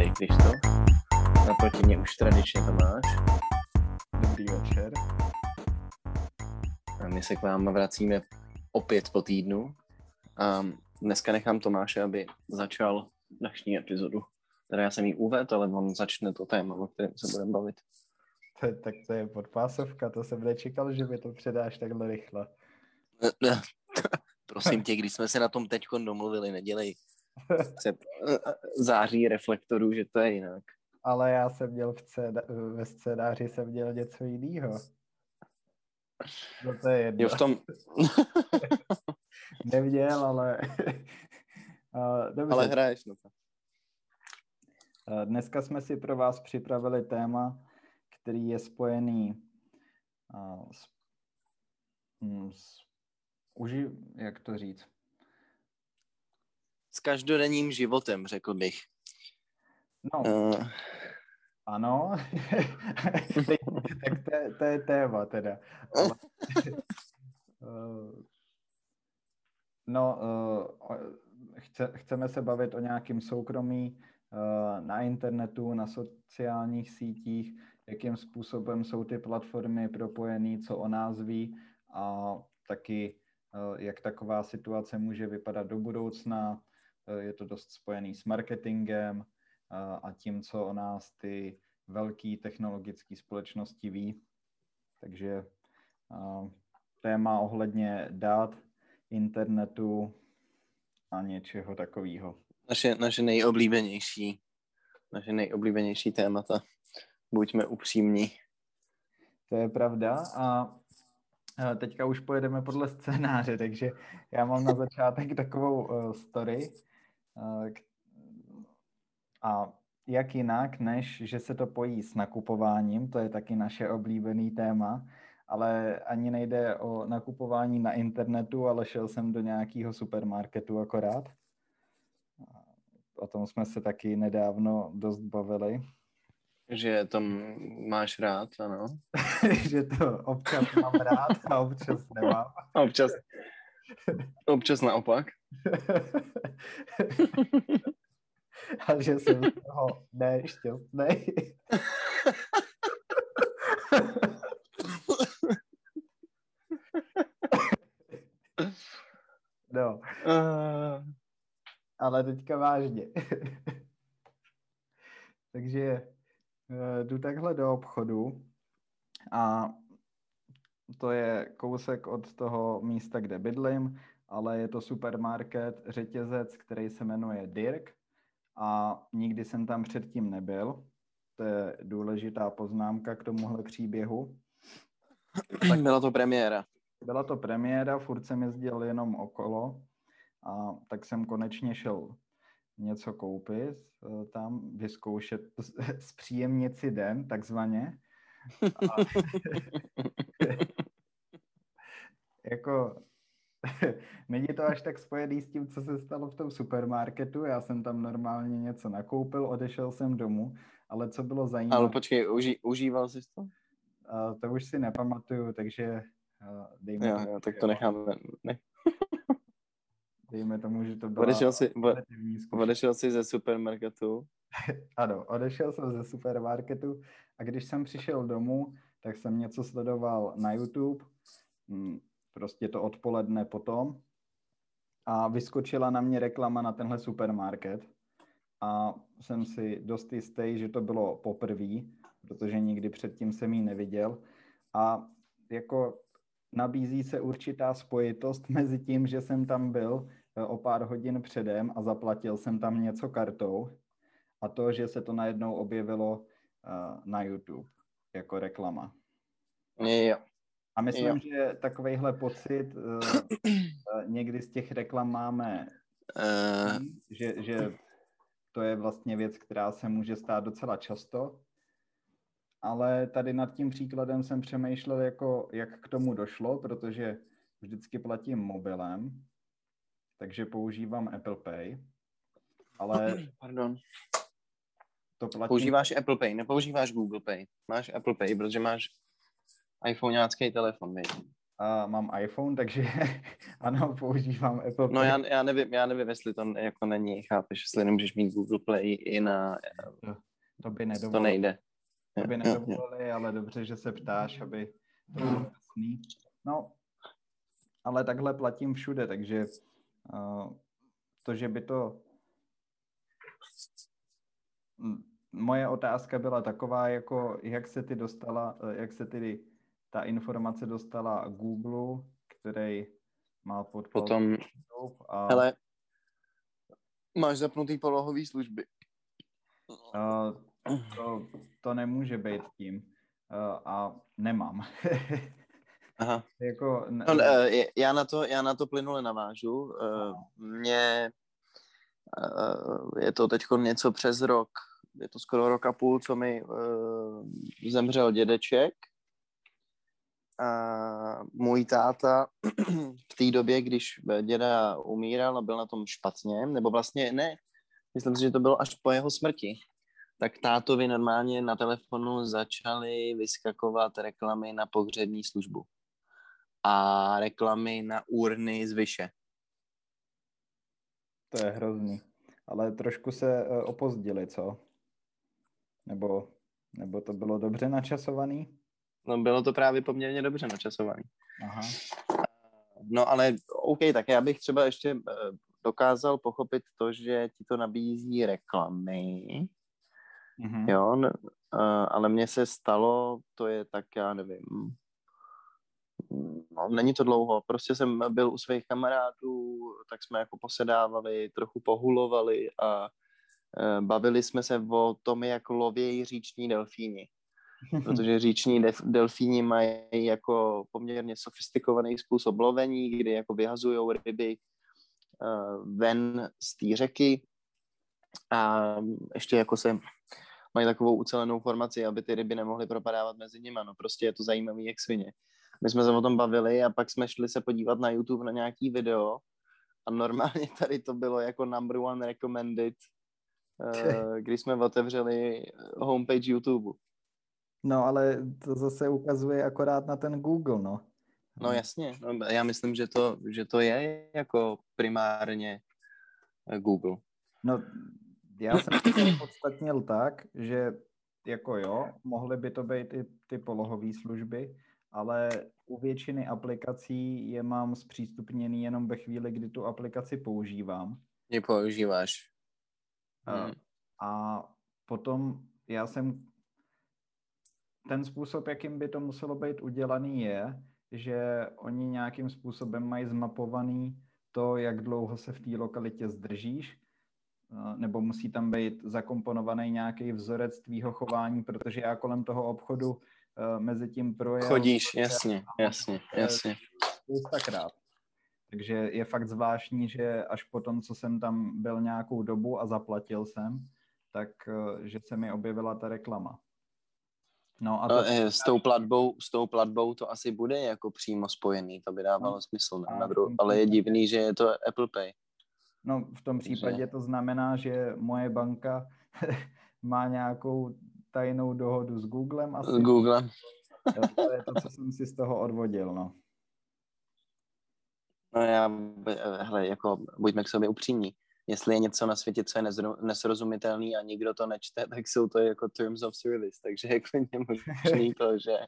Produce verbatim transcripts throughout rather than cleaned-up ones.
Tady Krištof. Naproti mě už tradičně Tomáš. Dobrý večer. A my se k vám vracíme opět po týdnu. A dneska nechám Tomáše, aby začal dnešní epizodu. Teda já jsem jí uvedl, ale on začne to téma, o kterém se budeme bavit. To, tak to je podpásovka, to jsem nečekal, že mi to předáš takhle rychle. Prosím tě, když jsme se na tom teďkon domluvili, nedělej se září reflektorů, že to je jinak. Ale já jsem měl v scéna, ve scénáři jsem měl něco jiného. No to je jedno. Jo, v tom... Neměl, ale... Dobře. Ale hraješ, no to. Dneska jsme si pro vás připravili téma, který je spojený s, s uži, jak to říct? S každodenním životem, řekl bych. No, uh. ano, tak to, to je téma teda. Ale, uh, no, uh, chce, chceme se bavit o nějakém soukromí uh, na internetu, na sociálních sítích, jakým způsobem jsou ty platformy propojené, co o nás ví a taky, uh, jak taková situace může vypadat do budoucna. Uh, je to dost spojený s marketingem a tím, co o nás ty velké technologické společnosti ví. Takže uh, téma ohledně dat, internetu a něčeho takového. Naše, naše nejoblíbenější, naše nejoblíbenější témata. Buďme upřímní. To je pravda a teďka už pojedeme podle scénáře, takže já mám na začátek takovou uh, story, uh, a jak jinak, než že se to pojí s nakupováním, to je taky naše oblíbený téma, ale ani nejde o nakupování na internetu, ale šel jsem do nějakého supermarketu akorát. O tom jsme se taky nedávno dost bavili. Že to máš rád, ano. Že to občas mám rád a občas nemám. Občas, občas naopak. A že jsem z toho nešťastnej. No. Uh... Ale teďka vážně. Takže uh, jdu takhle do obchodu a to je kousek od toho místa, kde bydlím, ale je to supermarket, řetězec, který se jmenuje Dirk. A nikdy jsem tam předtím nebyl. To je důležitá poznámka k tomuhle příběhu. Tak byla to premiéra. Byla to premiéra, furt jsem jezdil jenom okolo a tak jsem konečně šel něco koupit, tam vyzkoušet, zpříjemnit si den, takzvaně. A jako... Není to až tak spojený s tím, co se stalo v tom supermarketu. Já jsem tam normálně něco nakoupil, odešel jsem domů, ale co bylo zajímavé... Ale počkej, uží, užíval jsi to? Uh, to už si nepamatuju, takže uh, dejme jo, tomu... Jo, tak to necháme. Ne. Dejme tomu, že to bylo... Odešel jsi, odešel jsi ze supermarketu? Ano, odešel jsem ze supermarketu a když jsem přišel domů, tak jsem něco sledoval na YouTube, hmm, prostě to odpoledne potom a vyskočila na mě reklama na tenhle supermarket a jsem si dost jistý, že to bylo poprvé, protože nikdy předtím jsem ji neviděl a jako nabízí se určitá spojitost mezi tím, že jsem tam byl o pár hodin předem a zaplatil jsem tam něco kartou a to, že se to najednou objevilo na YouTube jako reklama. Jo. A myslím, jo. že takovejhle pocit uh, někdy z těch reklam máme, uh... že, že to je vlastně věc, která se může stát docela často, ale tady nad tím příkladem jsem přemýšlel, jako, jak k tomu došlo, protože vždycky platím mobilem, takže používám Apple Pay, ale... Pardon. To platím... Používáš Apple Pay, nepoužíváš Google Pay. Máš Apple Pay, protože máš iPhoneácký telefon, víš? a mám iPhone, takže ano, používám Apple Pay. No já, já, nevím, já nevím, jestli to jako není, chápeš, jestli nemůžeš mít Google Play i na... To, to by To nedovolili. nejde. To by Jo, jo, jo. nedovolili, ale dobře, že se ptáš, aby to bylo jasný. No, ale takhle platím všude, takže uh, to, že by to... Moje otázka byla taková, jako jak se ty dostala, jak se ty ta informace dostala Google, který má pod Potom, a... hele, máš zapnutý polohový služby. Uh, to, to nemůže být tím. Uh, a nemám. Aha. Jako, ne, no, já, na to, já na to plynule navážu. Mně je to teď něco přes rok, je to skoro rok a půl, co mi zemřel dědeček. A můj táta v té době, když děda umíral a byl na tom špatně, nebo vlastně ne, myslím si, že to bylo až po jeho smrti, tak tátovi normálně na telefonu začaly vyskakovat reklamy na pohřební službu a reklamy na urny z Vyše. To je hrozný. Ale trošku se opozdili, co? Nebo, nebo to bylo dobře načasovaný? No bylo to právě poměrně dobře načasovaný. Aha. No ale OK, tak já bych třeba ještě dokázal pochopit to, že ti to nabízí reklamy. Mm-hmm. Jo, no, ale mně se stalo, to je tak, já nevím, no, není to dlouho, prostě jsem byl u svých kamarádů, tak jsme jako posedávali, trochu pohulovali a e, bavili jsme se o tom, jak lovějí říční delfíni. Protože říční def, delfíni mají jako poměrně sofistikovaný způsob lovení, kdy jako vyhazujou ryby uh, ven z té řeky a ještě jako se mají takovou ucelenou formaci, aby ty ryby nemohly propadávat mezi nimi. No prostě je to zajímavý jak svině. My jsme se o tom bavili a pak jsme šli se podívat na YouTube na nějaký video a normálně tady to bylo jako number one recommended, uh, když jsme otevřeli homepage YouTube. No, ale to zase ukazuje akorát na ten Google, no. No jasně, no, já myslím, že to, že to je jako primárně Google. No, já jsem to podstatnil tak, že jako jo, mohly by to být i ty polohové služby, ale u většiny aplikací je mám zpřístupněný jenom ve chvíli, kdy tu aplikaci používám. Ji používáš. Hmm. A potom já jsem ten způsob, jakým by to muselo být udělaný, je, že oni nějakým způsobem mají zmapovaný to, jak dlouho se v té lokalitě zdržíš, nebo musí tam být zakomponovaný nějaký vzorec tvýho chování, protože já kolem toho obchodu uh, mezi tím projel... Chodíš, jasně, jasně, jasně. Spoustakrát. Takže je fakt zvláštní, že až po tom, co jsem tam byl nějakou dobu a zaplatil jsem, tak uh, že se mi objevila ta reklama. No a to... no, s, tou platbou, s tou platbou to asi bude jako přímo spojený, to by dávalo no, smysl, na dru- ale je divný, že je to Apple Pay. No v tom případě to znamená, že moje banka má nějakou tajnou dohodu s Googlem asi. S Googlem. To je to, co jsem si z toho odvodil, no. No já, hele, jako buďme k sobě upřímní. Jestli je něco na světě, co je nesrozumitelný a nikdo to nečte, tak jsou to jako terms of service, takže je klidně možný to, že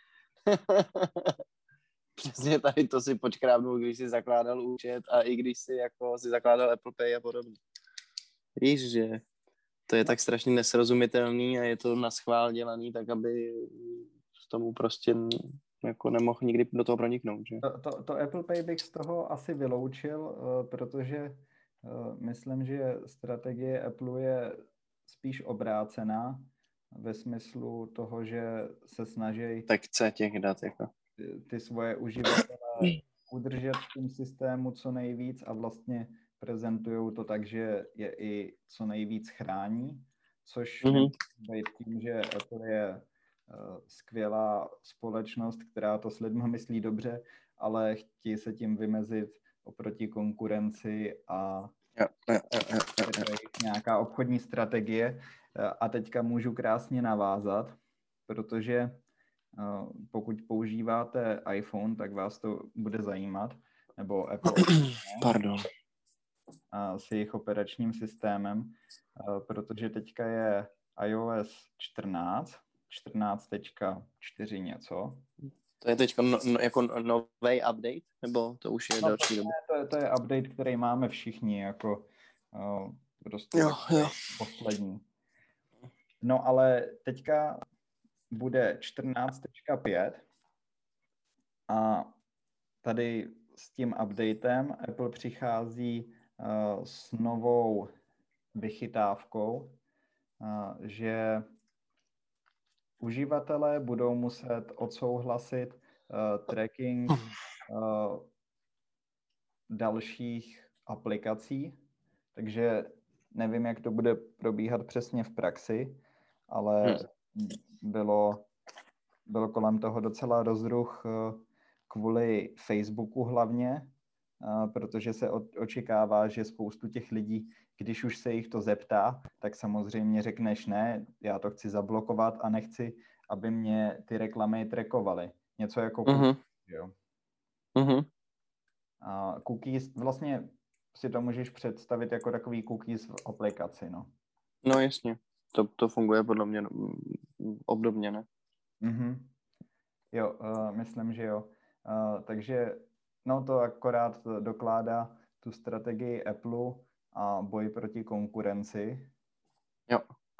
přesně tady to si počkrábnul, když si zakládal účet a i když si jako si zakládal Apple Pay a podobně. Víš, že to je tak strašně nesrozumitelný a je to na schvál dělaný, tak aby s tomu prostě jako nemohl nikdy do toho proniknout. Že? To, to, to Apple Pay bych z toho asi vyloučil, protože myslím, že strategie Apple je spíš obrácená ve smyslu toho, že se snaží tak chce těch dat jako. Ty, ty svoje uživatele udržet v tom systému co nejvíc a vlastně prezentují to tak, že je i co nejvíc chrání, což mm-hmm. být tím, že Apple je uh, skvělá společnost, která to s lidmi myslí dobře, ale chtějí se tím vymezit oproti konkurenci a Jo, jo, jo, jo, jo. nějaká obchodní strategie. A teďka můžu krásně navázat, protože pokud používáte iPhone, tak vás to bude zajímat, nebo Apple Pardon. s jejich operačním systémem, protože teďka je iOS čtrnáct, čtrnáct tečka čtyři něco. To je teď no, no, jako nový update, nebo to už je no, další to, dobu? To je, to je update, který máme všichni, jako uh, prostě jo, jo. poslední. No ale teďka bude čtrnáct tečka pět a tady s tím updatem Apple přichází uh, s novou vychytávkou, uh, že uživatelé budou muset odsouhlasit uh, tracking uh, dalších aplikací, takže nevím, jak to bude probíhat přesně v praxi, ale hmm. bylo, bylo kolem toho docela rozruch uh, kvůli Facebooku hlavně, uh, protože se očekává, že spoustu těch lidí, když už se jich to zeptá, tak samozřejmě řekneš ne, já to chci zablokovat a nechci, aby mě ty reklamy trackovaly. Něco jako uh-huh. cookies, jo. Uh-huh. A cookies, vlastně si to můžeš představit jako takový cookies v aplikaci, no. No jasně, to, to funguje podle mě obdobně, ne? Uh-huh. Jo, uh, myslím, že jo. Uh, takže no to akorát dokládá tu strategii Apple a boj proti konkurenci. Jo.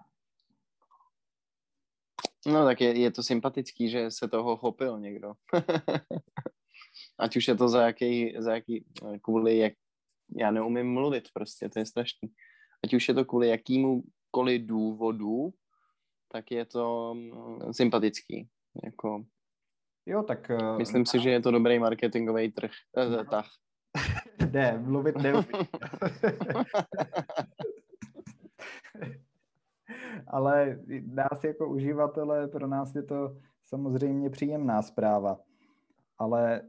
No tak je, je to sympatický, že se toho chopil někdo. Ať už je to za jaký, za jaký, kvůli jak, já neumím mluvit prostě, to je strašný. Ať už je to kvůli jakýmukoliv důvodu, tak je to sympatický. Jako, jo, tak... myslím uh, si, že je to dobrý marketingový trh. Uh, tah. Ne, mluvit neumím. Ale nás jako uživatele, pro nás je to samozřejmě příjemná zpráva. Ale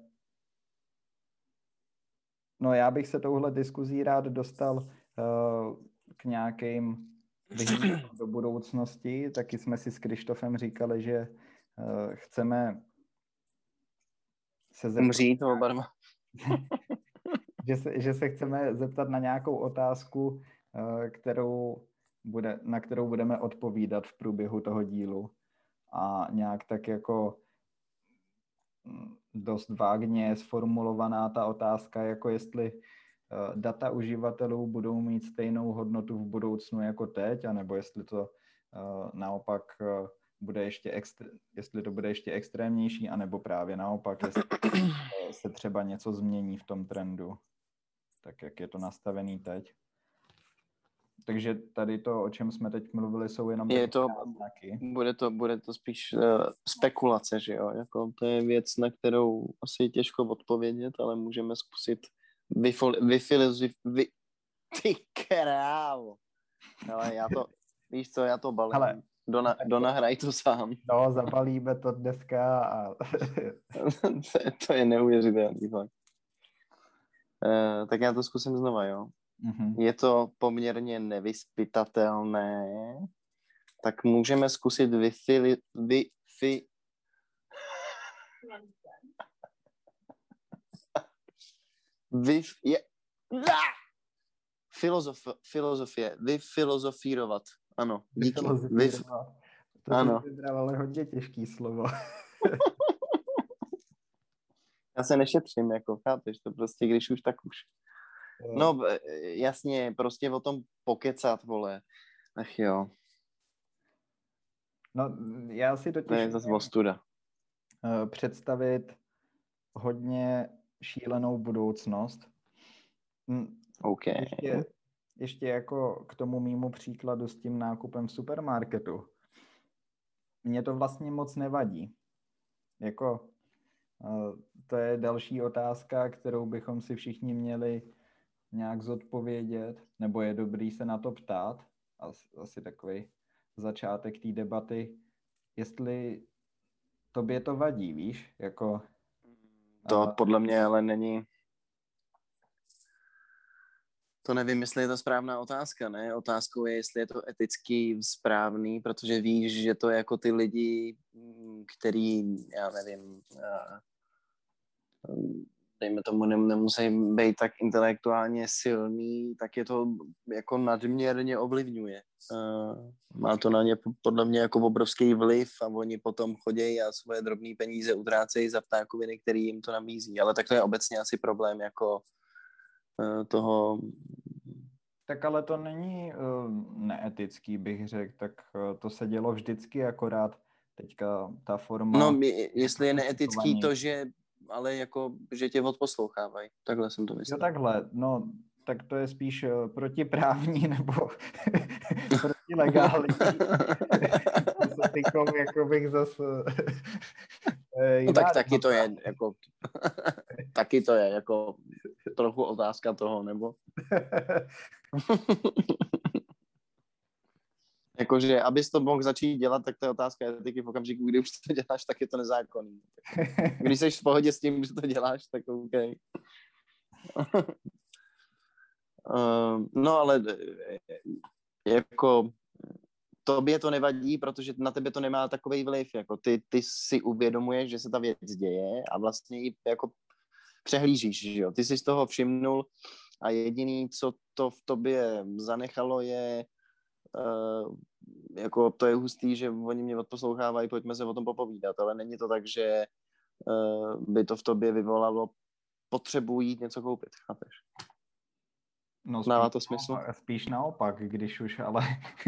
no já bych se touhle diskuzí rád dostal uh, k nějakým vyhlídkám do budoucnosti. Taky jsme si s Krištofem říkali, že uh, chceme se zeptat... Umřít oba dva. že, se, že se chceme zeptat na nějakou otázku, uh, kterou bude, na kterou budeme odpovídat v průběhu toho dílu. A nějak tak jako dost vágně sformulovaná ta otázka, jako jestli uh, data uživatelů budou mít stejnou hodnotu v budoucnu jako teď, anebo jestli to uh, naopak uh, bude ještě extr- jestli to bude ještě extrémnější, anebo právě naopak, jestli uh, se třeba něco změní v tom trendu, tak jak je to nastavený teď. Takže tady to, o čem jsme teď mluvili, jsou jenom je to, znaky. Bude to, bude to spíš uh, spekulace, že jo? Jako, to je věc, na kterou asi těžko odpovědět, ale můžeme zkusit vyfilozofit. Vy, ty krávo. Ale já to, víš co, já to balím. Hele, Dona, donahraj to sám. No, zabalíme to dneska a... to, to je neuvěřitelný fakt. Uh, tak já to zkusím znova, jo? Mm-hmm. Je to poměrně nevyspytatelné, tak můžeme zkusit vyfili, vyfi... Vyf... Je... Filozof... Filozofie. Vyfilozofírovat. Ano, díky. Vyf... To ano. Jsi vybral, ale hodně těžký slovo. Já se nešetřím, jako chápeš, to prostě když už, tak už. No, jasně, prostě o tom pokecat, vole. Ach jo. No, já si totiž... To je zase ostuda. Představit hodně šílenou budoucnost. OK. Ještě, ještě jako k tomu mýmu příkladu s tím nákupem v supermarketu. Mně to vlastně moc nevadí. Jako, to je další otázka, kterou bychom si všichni měli nějak zodpovědět, nebo je dobrý se na to ptát, asi, asi takový začátek té debaty, jestli tobě to vadí, víš, jako... To a... podle mě ale není... To nevím, jestli je to správná otázka, ne? Otázkou je, jestli je to eticky správný, protože víš, že to jako ty lidi který, já nevím, dejme tomu, nemusí být tak intelektuálně silný, tak je to jako nadměrně ovlivňuje. Má to na ně podle mě jako obrovský vliv a oni potom chodí a svoje drobné peníze utrácejí za ptákoviny, který jim to nabízí. Ale tak to je obecně asi problém jako toho. Tak ale to není uh, neetický, bych řekl, tak uh, to se dělo vždycky, akorát teďka ta forma... No, jestli je neetický to, že ale jako, že tě odposlouchávají. Takhle jsem to myslel. Jo, takhle, no, tak to je spíš uh, protiprávní nebo protilegální. To se tykom, jako bych zase... No tak taky to je, jako, taky to je, jako, trochu otázka toho, nebo? Jakože, abys to mohl začít dělat, tak to je otázka etiky v okamžiku, kdy už to děláš, tak je to nezákonný. Když jsi v pohodě s tím, že to děláš, tak OK. uh, no ale jako tobě to nevadí, protože na tebe to nemá takovej vliv. Jako ty, ty si uvědomuješ, že se ta věc děje a vlastně ji jako přehlížíš, že jo. Ty jsi z toho všimnul a jediný, co to v tobě zanechalo, je uh, jako to je hustý, že oni mě odposlouchávají, pojďme se o tom popovídat, ale není to tak, že uh, by to v tobě vyvolalo potřebu jít něco koupit, chápeš? No, dává to smysl? No, spíš naopak, když už, ale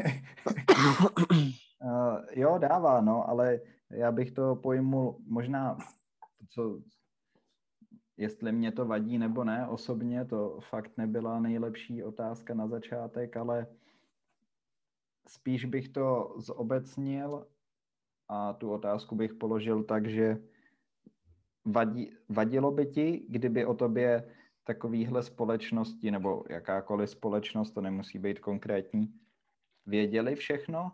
uh, jo, dává, no, ale já bych to pojmul možná, co, jestli mě to vadí nebo ne, osobně to fakt nebyla nejlepší otázka na začátek, ale spíš bych to zobecnil a tu otázku bych položil tak, že vadí, vadilo by ti, kdyby o tobě takovýhle společnosti, nebo jakákoliv společnost, to nemusí být konkrétní, věděli všechno?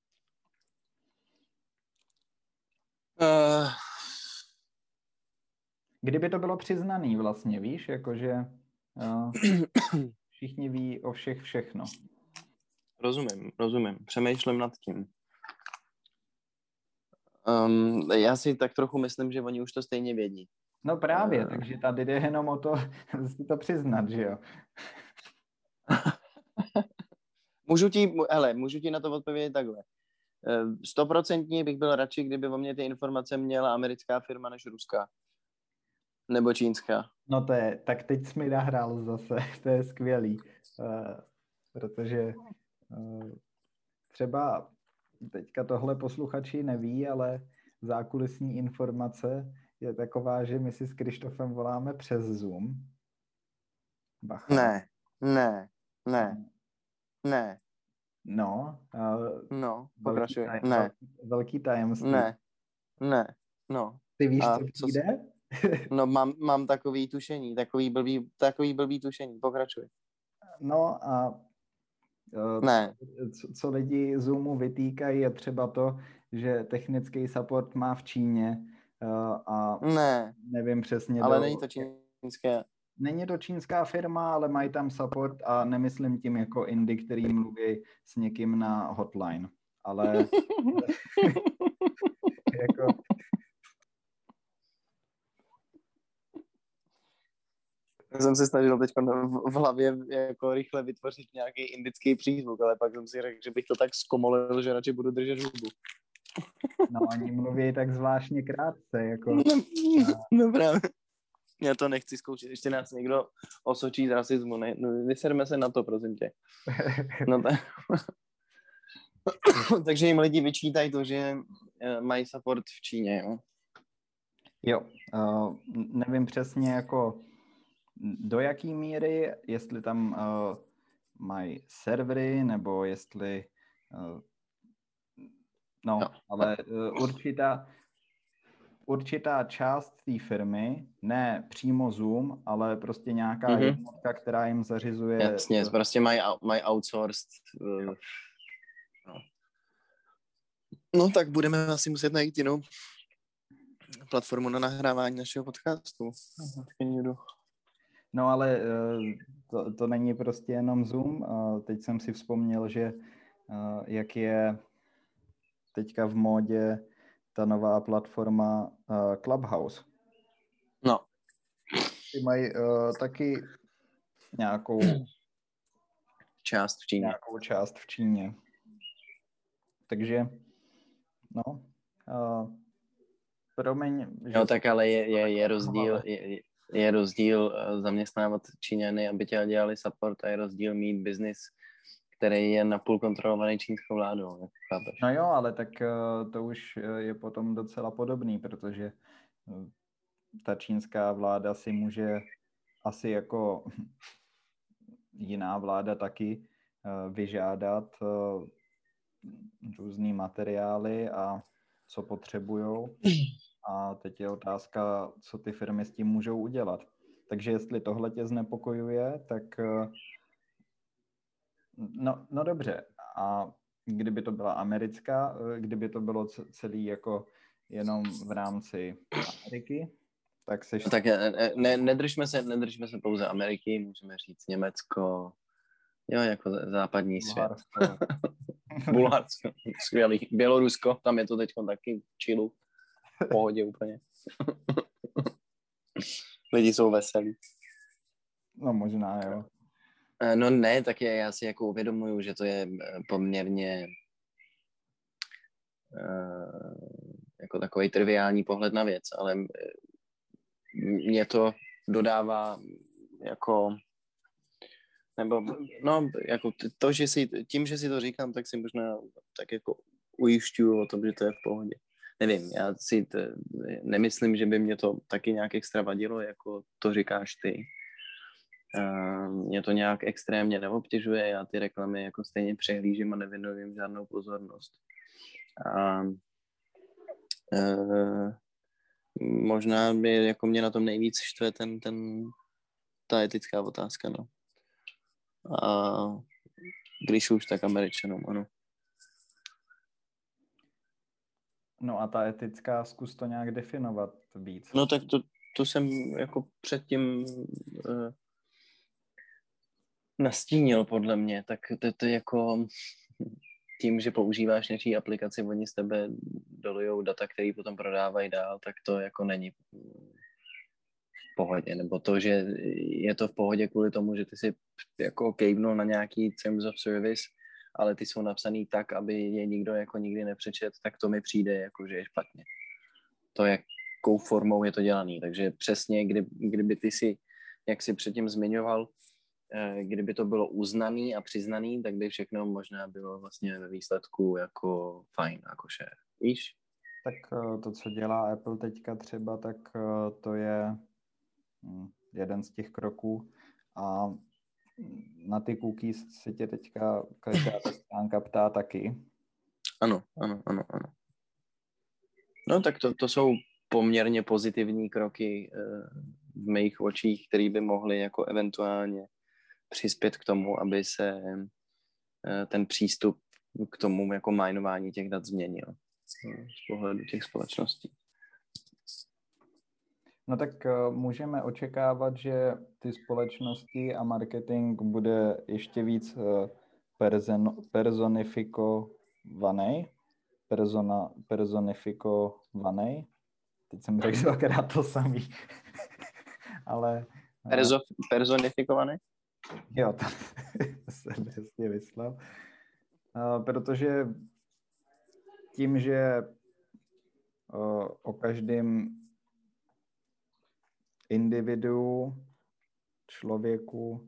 Uh... Kdyby to bylo přiznaný vlastně, víš, jakože uh, všichni ví o všech všechno. Rozumím, rozumím. Přemýšlím nad tím. Um, já si tak trochu myslím, že oni už to stejně vědí. No právě, uh... takže tady jde jenom o to si to přiznat, že jo. můžu ti, hele, můžu ti na to odpovědět takhle. Stoprocentně bych byl radši, kdyby o mě ty informace měla americká firma než ruská. Nebo čínská. No to je, tak teď jsi mi nahrál zase, to je skvělý. Uh, protože uh, třeba teďka tohle posluchači neví, ale zákulisní informace je taková, že my si s Krištofem voláme přes Zoom. Bacha. Ne, ne, ne, ne. No. Uh, no, pokračuj. Velký, ne. Velký tajemství. Ne, ne, no. Ty víš, A co co přijde? No mám, mám takový tušení, takový blbý, takový blbý tušení, pokračuj. No a uh, ne. Co, co lidi Zoomu vytýkají, je třeba to, že technický support má v Číně uh, a ne. nevím přesně. Ale do... není to čínské. Není to čínská firma, ale mají tam support a nemyslím tím jako Indy, který mluví s někým na hotline. Ale jako... jsem se snažil teď v hlavě jako rychle vytvořit nějaký indický přízvuk, ale pak jsem si řekl, že bych to tak zkomolil, že radši budu držet hubu. No, oni mluví tak zvláštně krátce, jako... No, no právě. Já to nechci zkoušet, ještě nás někdo osočí z rasismu, ne? No, vyserme se na to, prosím tě. No tak... Takže jim lidi vyčítají to, že mají support v Číně, jo? Jo, uh, nevím přesně jako do jaký míry, jestli tam uh, mají servery, nebo jestli uh, no, no, ale uh, určitá určitá část té firmy, ne přímo Zoom, ale prostě nějaká mm-hmm. jednotka, která jim zařizuje... Jasně, uh, prostě mají maj outsourced. Uh, no. no tak budeme asi muset najít jinou platformu na nahrávání našeho podcastu. No ale to, to není prostě jenom Zoom. Teď jsem si vzpomněl, že jak je teďka v módě ta nová platforma uh, Clubhouse. No. Ty mají uh, taky nějakou část v Číně. Nějakou část v Číně. Takže, no, uh, promiň, že... No tak ale je, je, je rozdíl, je, je rozdíl zaměstnávat Číňany, aby tě dělali support, a je rozdíl mít biznis, který je napůl kontrolovaný čínskou vládou. Chápeš? No jo, ale tak uh, to už je potom docela podobný, protože uh, ta čínská vláda si může asi jako jiná vláda taky uh, vyžádat uh, různý materiály a co potřebujou. A teď je otázka, co ty firmy s tím můžou udělat. Takže jestli tohle tě znepokojuje, tak no, no dobře. A kdyby to byla americká, kdyby to bylo celý jako jenom v rámci Ameriky, tak seš... Tak ne, nedržme se, nedržme se pouze Ameriky, můžeme říct Německo, jo, jako západní Bulharsko. Svět. Bulharsko, skvělý. Bělorusko, tam je to teď taky čilu, v pohodě úplně. Lidi jsou veselí. No možná, jo. No ne, tak je, já si jako uvědomuju, že to je poměrně uh, jako takový triviální pohled na věc, ale mě to dodává jako nebo no, jako to, že si, tím, že si to říkám, tak si možná tak jako ujišťuju o tom, že to je v pohodě. Nevím, já si t, nemyslím, že by mě to taky nějak extra vadilo, jako to říkáš ty. Uh, mě to nějak extrémně neobtěžuje, já ty reklamy jako stejně přehlížím a nevěnuju jim žádnou pozornost. A uh, možná by jako mě na tom nejvíc štve ten, ten, ta etická otázka, no. A když už, tak Američanům, ano. No a ta etická, zkus to nějak definovat víc. No tak to, to jsem jako předtím uh, nastínil podle mě, tak to, to jako tím, že používáš něčí aplikaci, oni z tebe dolujou data, který potom prodávají dál, tak to jako není v pohodě, nebo to, že je to v pohodě kvůli tomu, že ty si jako kejvnul na nějaký terms of service, ale ty jsou napsaný tak, aby je nikdo jako nikdy nepřečet, tak to mi přijde jako, že je špatně. To, jakou formou je to dělaný, takže přesně, kdy, kdyby ty si, jak si předtím zmiňoval, kdyby to bylo uznaný a přiznaný, tak by všechno možná bylo vlastně ve výsledku jako fajn, jakože, víš? Tak to, co dělá Apple teďka třeba, tak to je jeden z těch kroků a na ty cookies se tě teďka každá ta stránka ptá taky. Ano, ano, ano, ano. No tak to, to jsou poměrně pozitivní kroky v mých očích, které by mohly jako eventuálně přispět k tomu, aby se ten přístup k tomu jako minování těch dat změnil z pohledu těch společností. No tak můžeme očekávat, že ty společnosti a marketing bude ještě víc person, personifikovaný. Persona, personifikovaný. Teď jsem řekl dvakrát to samý. Ale... Perzo, personifikovaný? Jo, to jsem přesně vyslal. Protože tím, že o každém individu, člověku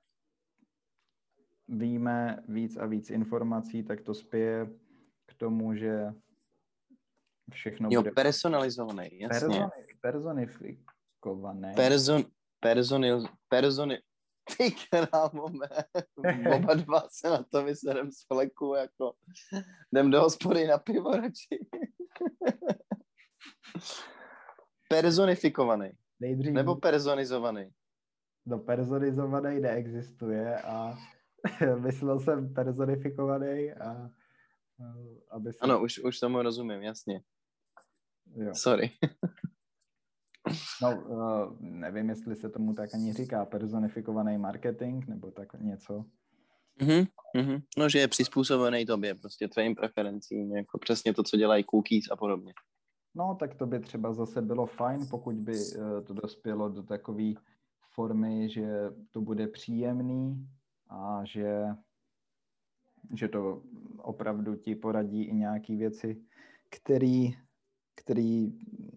víme víc a víc informací, tak to spěje k tomu, že všechno jo, bude... personalizovaný, jasně. Personi, personifikovaný. Person, personil, personi... Ty krámome, oba dva se na to vysedem z fleku, jako jdem do hospody na pivo radši. Personifikovaný. Nejdřív... Nebo personizovaný. No, personizovaný neexistuje a myslel jsem personifikovaný a aby se... Ano, už, už tomu rozumím, jasně. Jo. Sorry. No, nevím, jestli se tomu tak ani říká personifikovaný marketing, nebo tak něco. Mm-hmm, mm-hmm. No, že je přizpůsobený tobě, prostě tvým preferencím, jako přesně to, co dělají cookies a podobně. No, tak to by třeba zase bylo fajn, pokud by to dospělo do takové formy, že to bude příjemný a že, že to opravdu ti poradí i nějaké věci, který, který,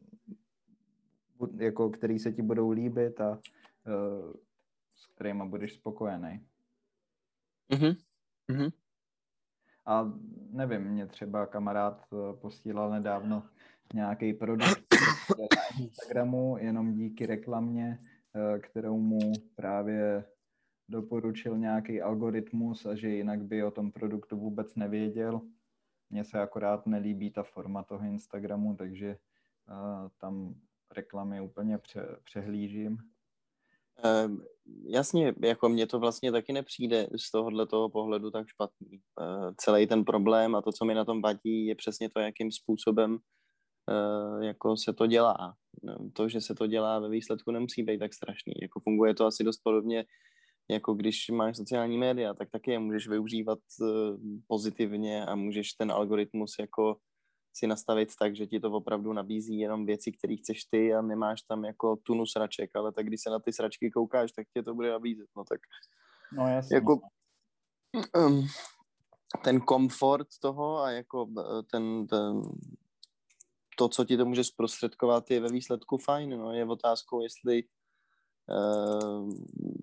jako, který se ti budou líbit a uh, s kterýma budeš spokojený. Mm-hmm. Mm-hmm. A nevím, mě třeba kamarád posílal nedávno nějaký produkt na Instagramu jenom díky reklamě, kterou mu právě doporučil nějaký algoritmus a že jinak by o tom produktu vůbec nevěděl. Mně se akorát nelíbí ta forma toho Instagramu, takže uh, tam reklamy úplně pře- přehlížím. Uh, jasně, jako mně to vlastně taky nepřijde z tohohle toho pohledu tak špatný. Uh, celý ten problém a to, co mi na tom vadí, je přesně to, jakým způsobem uh, jako se to dělá. No, to, že se to dělá ve výsledku, nemusí být tak strašný. Jako funguje to asi dost podobně, jako když máš sociální média, tak taky je můžeš využívat uh, pozitivně a můžeš ten algoritmus jako si nastavit tak, že ti to opravdu nabízí jenom věci, které chceš ty a nemáš tam jako tunu sraček, ale tak když se na ty sračky koukáš, tak tě to bude nabízet, no tak no jasně. jako um, ten komfort toho a jako ten, ten to, co ti to může zprostředkovat, je ve výsledku fajn, no je otázkou, jestli uh,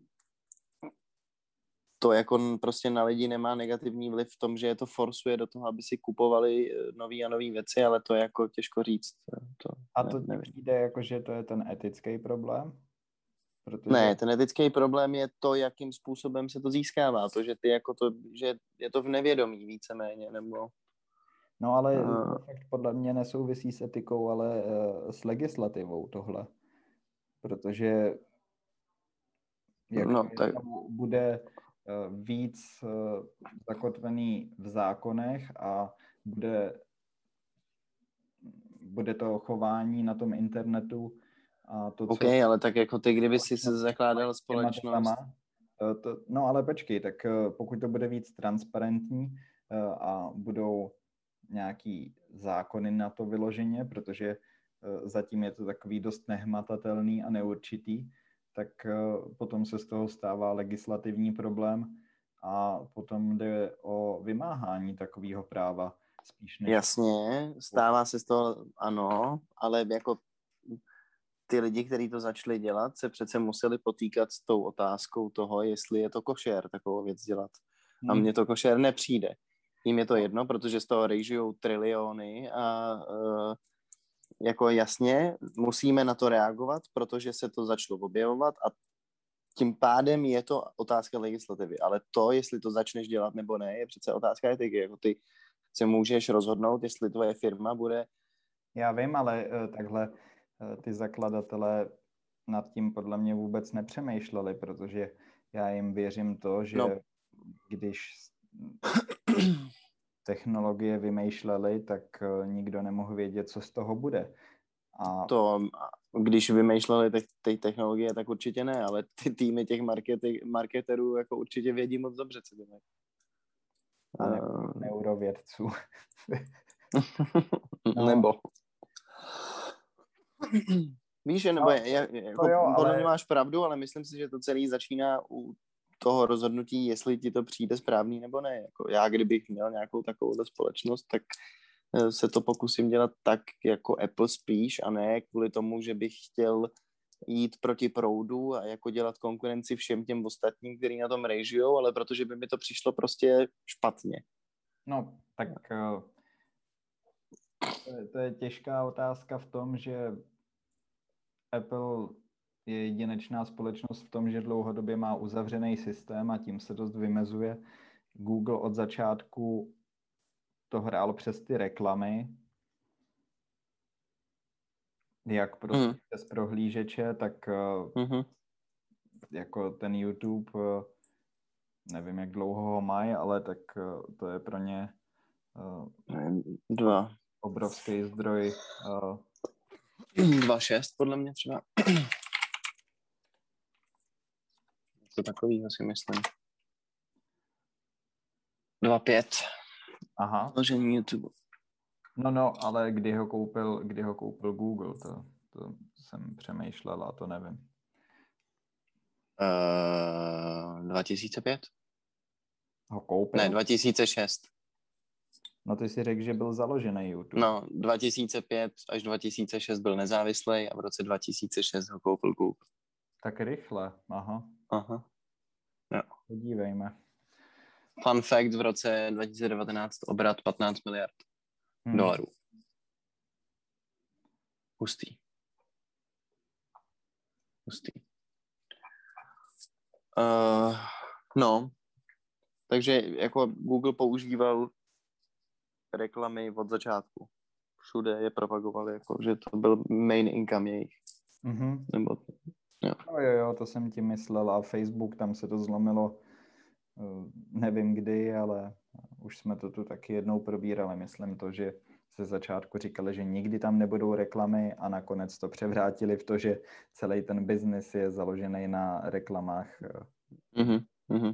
to jako prostě na lidi nemá negativní vliv v tom, že je to forsuje do toho, aby si kupovali nový a nový věci, ale to je jako těžko říct. To, a to ti přijde jako, že to je ten etický problém? Protože... Ne, ten etický problém je to, jakým způsobem se to získává. To, že ty jako to, že je to v nevědomí víceméně, nebo... No ale uh... fakt podle mě nesouvisí s etikou, ale uh, s legislativou tohle. Protože jak no, tak... bude uh, víc uh, zakotvený v zákonech a bude, bude to chování na tom internetu a to, OK, co... ale tak jako ty, kdyby si se zakládal společnost... To, no ale počkej, tak pokud to bude víc transparentní a budou nějaký zákony na to vyloženě, protože zatím je to takový dost nehmatatelný a neurčitý, tak potom se z toho stává legislativní problém a potom jde o vymáhání takového práva spíš než... Jasně, stává se z toho, ano, ale jako ty lidi, kteří to začali dělat, se přece museli potýkat s tou otázkou toho, jestli je to košer takovou věc dělat. A mně to košer nepřijde. Jím je to jedno, protože z toho rejžujou triliony a uh, jako jasně musíme na to reagovat, protože se to začalo objevovat a tím pádem je to otázka legislativy. Ale to, jestli to začneš dělat nebo ne, je přece otázka etiky. Jako ty se můžeš rozhodnout, jestli tvoje firma bude... Já vím, ale uh, takhle ty zakladatelé nad tím podle mě vůbec nepřemýšleli, protože já jim věřím to, že no. když technologie vymýšleli, tak nikdo nemohl vědět, co z toho bude. A... To, když vymýšleli te- ty technologie, tak určitě ne, ale ty týmy těch markety- marketerů jako určitě vědí moc dobře, co dělají. A nebo uh... neurovědců. no. Nebo. Víš, nebo je, je, jako, jo, podle ale... mě máš pravdu, ale myslím si, že to celý začíná u toho rozhodnutí, jestli ti to přijde správný nebo ne. Jako já, kdybych měl nějakou takovou společnost, tak se to pokusím dělat tak jako Apple spíš a ne kvůli tomu, že bych chtěl jít proti proudu a jako dělat konkurenci všem těm ostatním, kteří na tom rejžujou, ale protože by mi to přišlo prostě špatně. No, tak to je, to je těžká otázka v tom, že Apple je jedinečná společnost v tom, že dlouhodobě má uzavřený systém a tím se dost vymezuje. Google od začátku to hrál přes ty reklamy, jak prostě mm. přes prohlížeče, tak mm-hmm. jako ten YouTube, nevím, jak dlouho ho mají, ale tak to je pro ně Dva. obrovský zdroj. Dva šest podle mě třeba. To takovýho si myslím. dva pět. Aha. Založení YouTube. No, no, ale kdy ho koupil, kdy ho koupil Google, to, to jsem přemýšlel a to nevím. Uh, dva tisíce pět? Ho koupil? Ne, dva tisíce šest. No ty si řekl, že byl založený YouTube. No, dva tisíce pět až dva tisíce šest byl nezávislý a v roce dva tisíce šest ho koupil Google. Tak rychle, aha. Aha. Jo. Podívejme. Fun fact, v roce dva tisíce devatenáct obrat patnáct miliard hmm. dolarů. Hustý. Hustý. Uh, no, takže jako Google používal reklamy od začátku. Všude je propagovali, jako, že to byl main income jejich. Mm-hmm. Nebo, jo. No jo, jo, to jsem ti myslel a Facebook, tam se to zlomilo, nevím kdy, ale už jsme to tu taky jednou probírali. Myslím to, že ze začátku říkali, že nikdy tam nebudou reklamy a nakonec to převrátili v to, že celý ten biznis je založený na reklamách. Mm-hmm. Mm-hmm.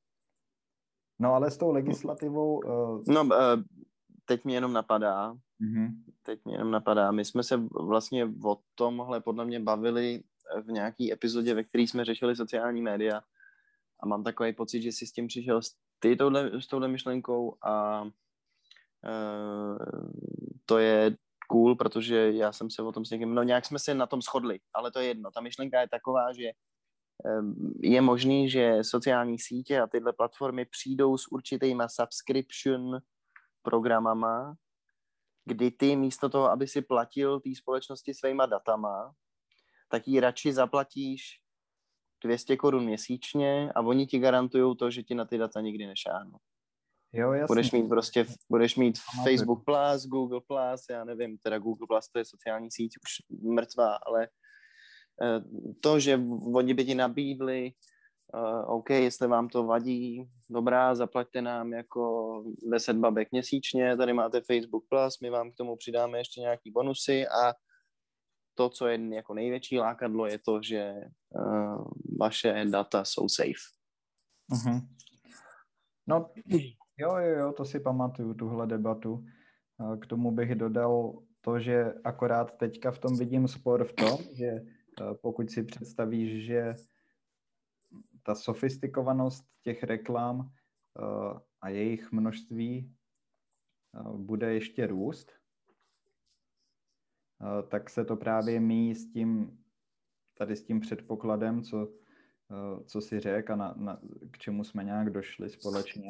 No ale s tou legislativou... Uh... No, uh, teď mě jenom napadá, mm-hmm. teď mě jenom napadá, my jsme se vlastně o tomhle podle mě bavili v nějaký epizodě, ve které jsme řešili sociální média a mám takový pocit, že jsi s tím přišel s, ty touhle, s touhle myšlenkou a uh, to je cool, protože já jsem se o tom s někým, no nějak jsme se na tom shodli, ale to je jedno, ta myšlenka je taková, že je možný, že sociální sítě a tyhle platformy přijdou s určitýma subscription programama, kdy ty místo toho, aby si platil té společnosti svýma datama, tak jí radši zaplatíš dvě stě korun měsíčně a oni ti garantují to, že ti na ty data nikdy nešáhnou. Jo, jasně. Budeš mít prostě, budeš mít Facebook Plus, Google Plus, já nevím, teda Google Plus to je sociální síť už mrtvá, ale to, že oni by ti nabídli, uh, OK, jestli vám to vadí, dobrá, zaplaťte nám jako deset babek měsíčně, tady máte Facebook Plus, my vám k tomu přidáme ještě nějaký bonusy a to, co je jako největší lákadlo, je to, že uh, vaše data jsou safe. Uh-huh. No, jo, jo, jo, to si pamatuju, tuhle debatu. K tomu bych dodal to, že akorát teďka v tom vidím spor v tom, že pokud si představíš, že ta sofistikovanost těch reklam a jejich množství bude ještě růst, tak se to právě míjí s tím, tady s tím předpokladem, co, co si řekl a na, na, k čemu jsme nějak došli společně.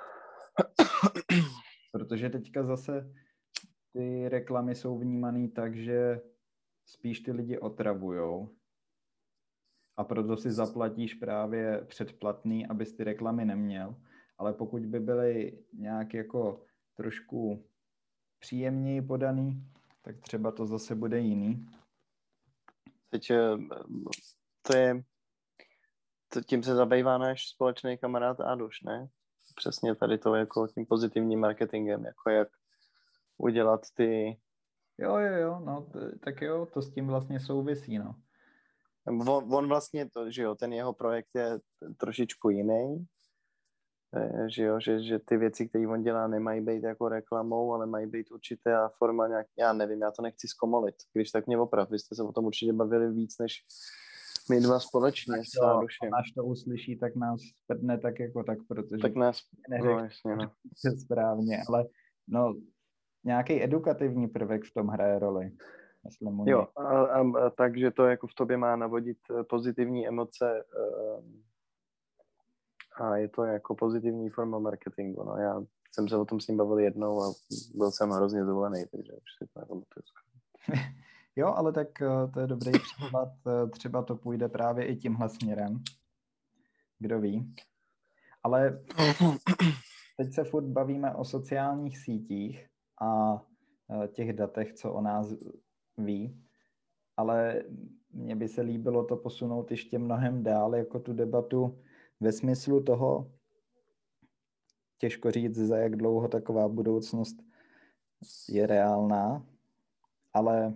Protože teďka zase ty reklamy jsou vnímané tak, že spíš ty lidi otravujou. A proto si zaplatíš právě předplatný, abys ty reklamy neměl. Ale pokud by byly nějak jako trošku příjemněji podaný, tak třeba to zase bude jiný. Teď to je, to tím se zabývá náš společný kamarád Aduš, ne? Přesně tady to jako tím pozitivním marketingem, jako jak udělat ty... Jo, jo, jo, no, t- tak jo, to s tím vlastně souvisí, no. On, on vlastně, to, že jo, ten jeho projekt je trošičku jiný, že jo, že, že ty věci, které on dělá, nemají být jako reklamou, ale mají být určitá forma nějak, já nevím, já to nechci zkomolit, když tak mě oprav, vy jste se o tom určitě bavili víc, než my dva společně. Až to, až to uslyší, tak nás prdne tak jako tak, protože tak nás, neřekl, no jasně, no. správně, ale no, nějaký edukativní prvek v tom hraje roli. Myslím, jo, a, a, a takže to jako v tobě má navodit pozitivní emoce um, a je to jako pozitivní forma marketingu. No. Já jsem se o tom s ním bavil jednou a byl jsem hrozně zvolený, takže už si to nepamatuju. Jo, ale tak to je dobrý příklad. Třeba to půjde právě i tímhle směrem. Kdo ví. Ale teď se furt bavíme o sociálních sítích a těch datech, co o nás ví. Ale mně by se líbilo to posunout ještě mnohem dál, jako tu debatu ve smyslu toho, těžko říct, za jak dlouho taková budoucnost je reálná, ale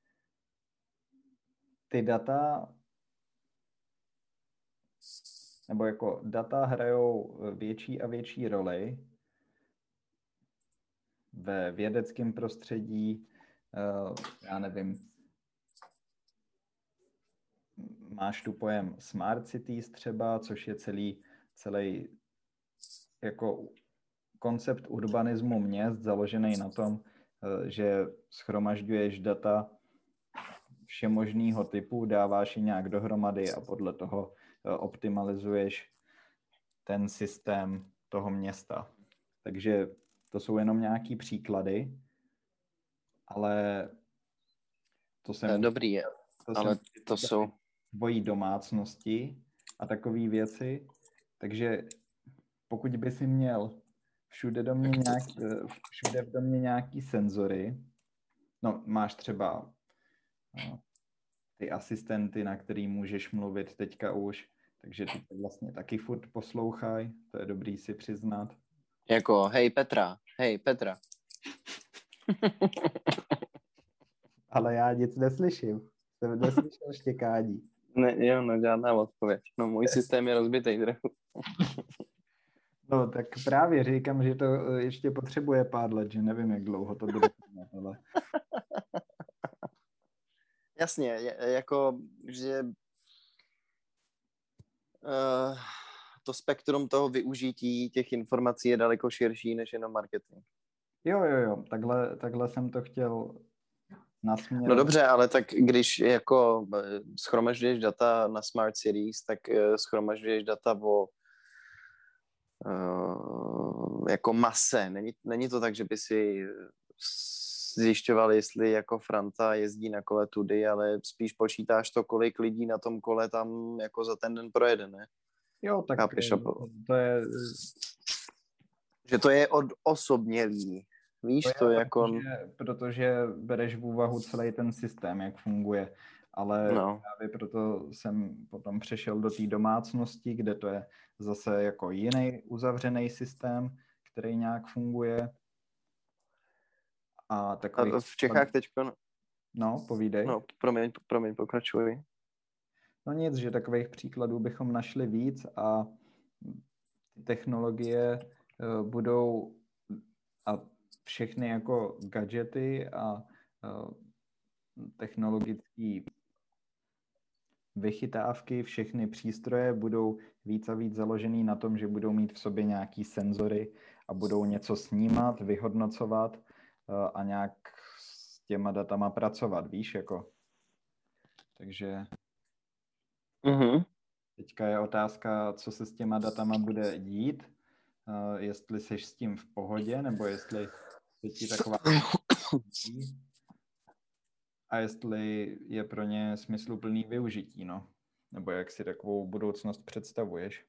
ty data nebo jako data hrajou větší a větší roli ve vědeckém prostředí, já nevím, máš tu pojem Smart Cities třeba, což je celý, celý jako koncept urbanismu měst založený na tom, že shromažďuješ data všemožného typu, dáváš je nějak dohromady a podle toho optimalizuješ ten systém toho města. Takže to jsou jenom nějaký příklady, ale to jsem... Dobrý, to ale to jsou... Tvojí domácnosti a takové věci. Takže pokud by si měl všude, do mě nějak, všude v domě nějaký senzory, no máš třeba no, ty asistenty, na který můžeš mluvit teďka už, takže ty to vlastně taky furt poslouchaj, to je dobrý si přiznat. Jako, hej Petra, hej Petra. Ale já nic neslyším, jsem neslyšel štěkání. Ne, jo, no žádná odpověď. No můj systém je rozbitej trochu. No tak právě říkám, že to ještě potřebuje pár let, že nevím, jak dlouho to bude. Ale... Jasně, jako, že uh, to spektrum toho využití těch informací je daleko širší než jenom marketing. Jo, jo, jo, takhle, takhle jsem to chtěl nasměrovat. No dobře, ale tak když jako shromažďuješ data na Smart Cities, tak shromažďuješ data o uh, jako mase. Není, není to tak, že by si zjišťoval, jestli jako Franta jezdí na kole tudy, ale spíš počítáš to, kolik lidí na tom kole tam jako za ten den projede, ne? Jo, tak Chápeš, to je... Že to je od osobnělý. Víš, to je, to je jako... Protože, protože bereš v úvahu celý ten systém, jak funguje. Ale no. právě proto jsem potom přešel do té domácnosti, kde to je zase jako jiný uzavřený systém, který nějak funguje. A, takových... a v Čechách teďko... No, povídej. No, promiň, promiň, pokračuj. No nic, že takových příkladů bychom našli víc a technologie uh, budou a všechny jako gadgety a uh, technologické vychytávky, všechny přístroje budou víc a víc založený na tom, že budou mít v sobě nějaký senzory a budou něco snímat, vyhodnocovat uh, a nějak s těma datama pracovat, víš, jako. Takže mm-hmm. teďka je otázka, co se s těma datama bude dít, uh, jestli seš s tím v pohodě, nebo jestli je ti taková a jestli je pro ně smysluplný využití, no. Nebo jak si takovou budoucnost představuješ?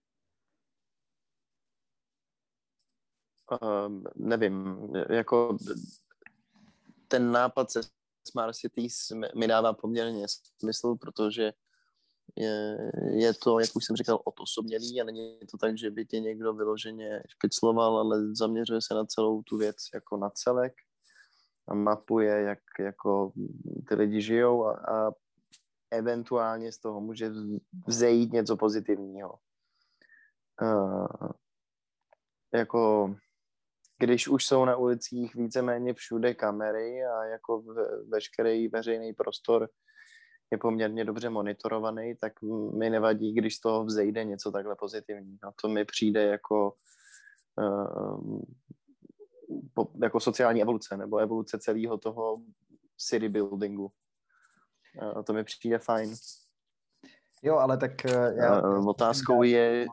Uh, nevím, jako ten nápad se Smart Cities mi dává poměrně smysl, protože je, je to, jak už jsem říkal, odosobnělý a není to tak, že by tě někdo vyloženě špicloval, ale zaměřuje se na celou tu věc jako na celek a mapuje, jak jako ty lidi žijou a, a eventuálně z toho může vzejít něco pozitivního. Uh, jako když už jsou na ulicích víceméně všude kamery a jako ve, veškerý veřejný prostor je poměrně dobře monitorovaný, tak mi nevadí, když z toho vzejde něco takhle pozitivního. To mi přijde jako uh, po, jako sociální evoluce nebo evoluce celého toho city buildingu. Uh, to mi přijde fajn. Jo, ale tak já... Uh, otázkou je...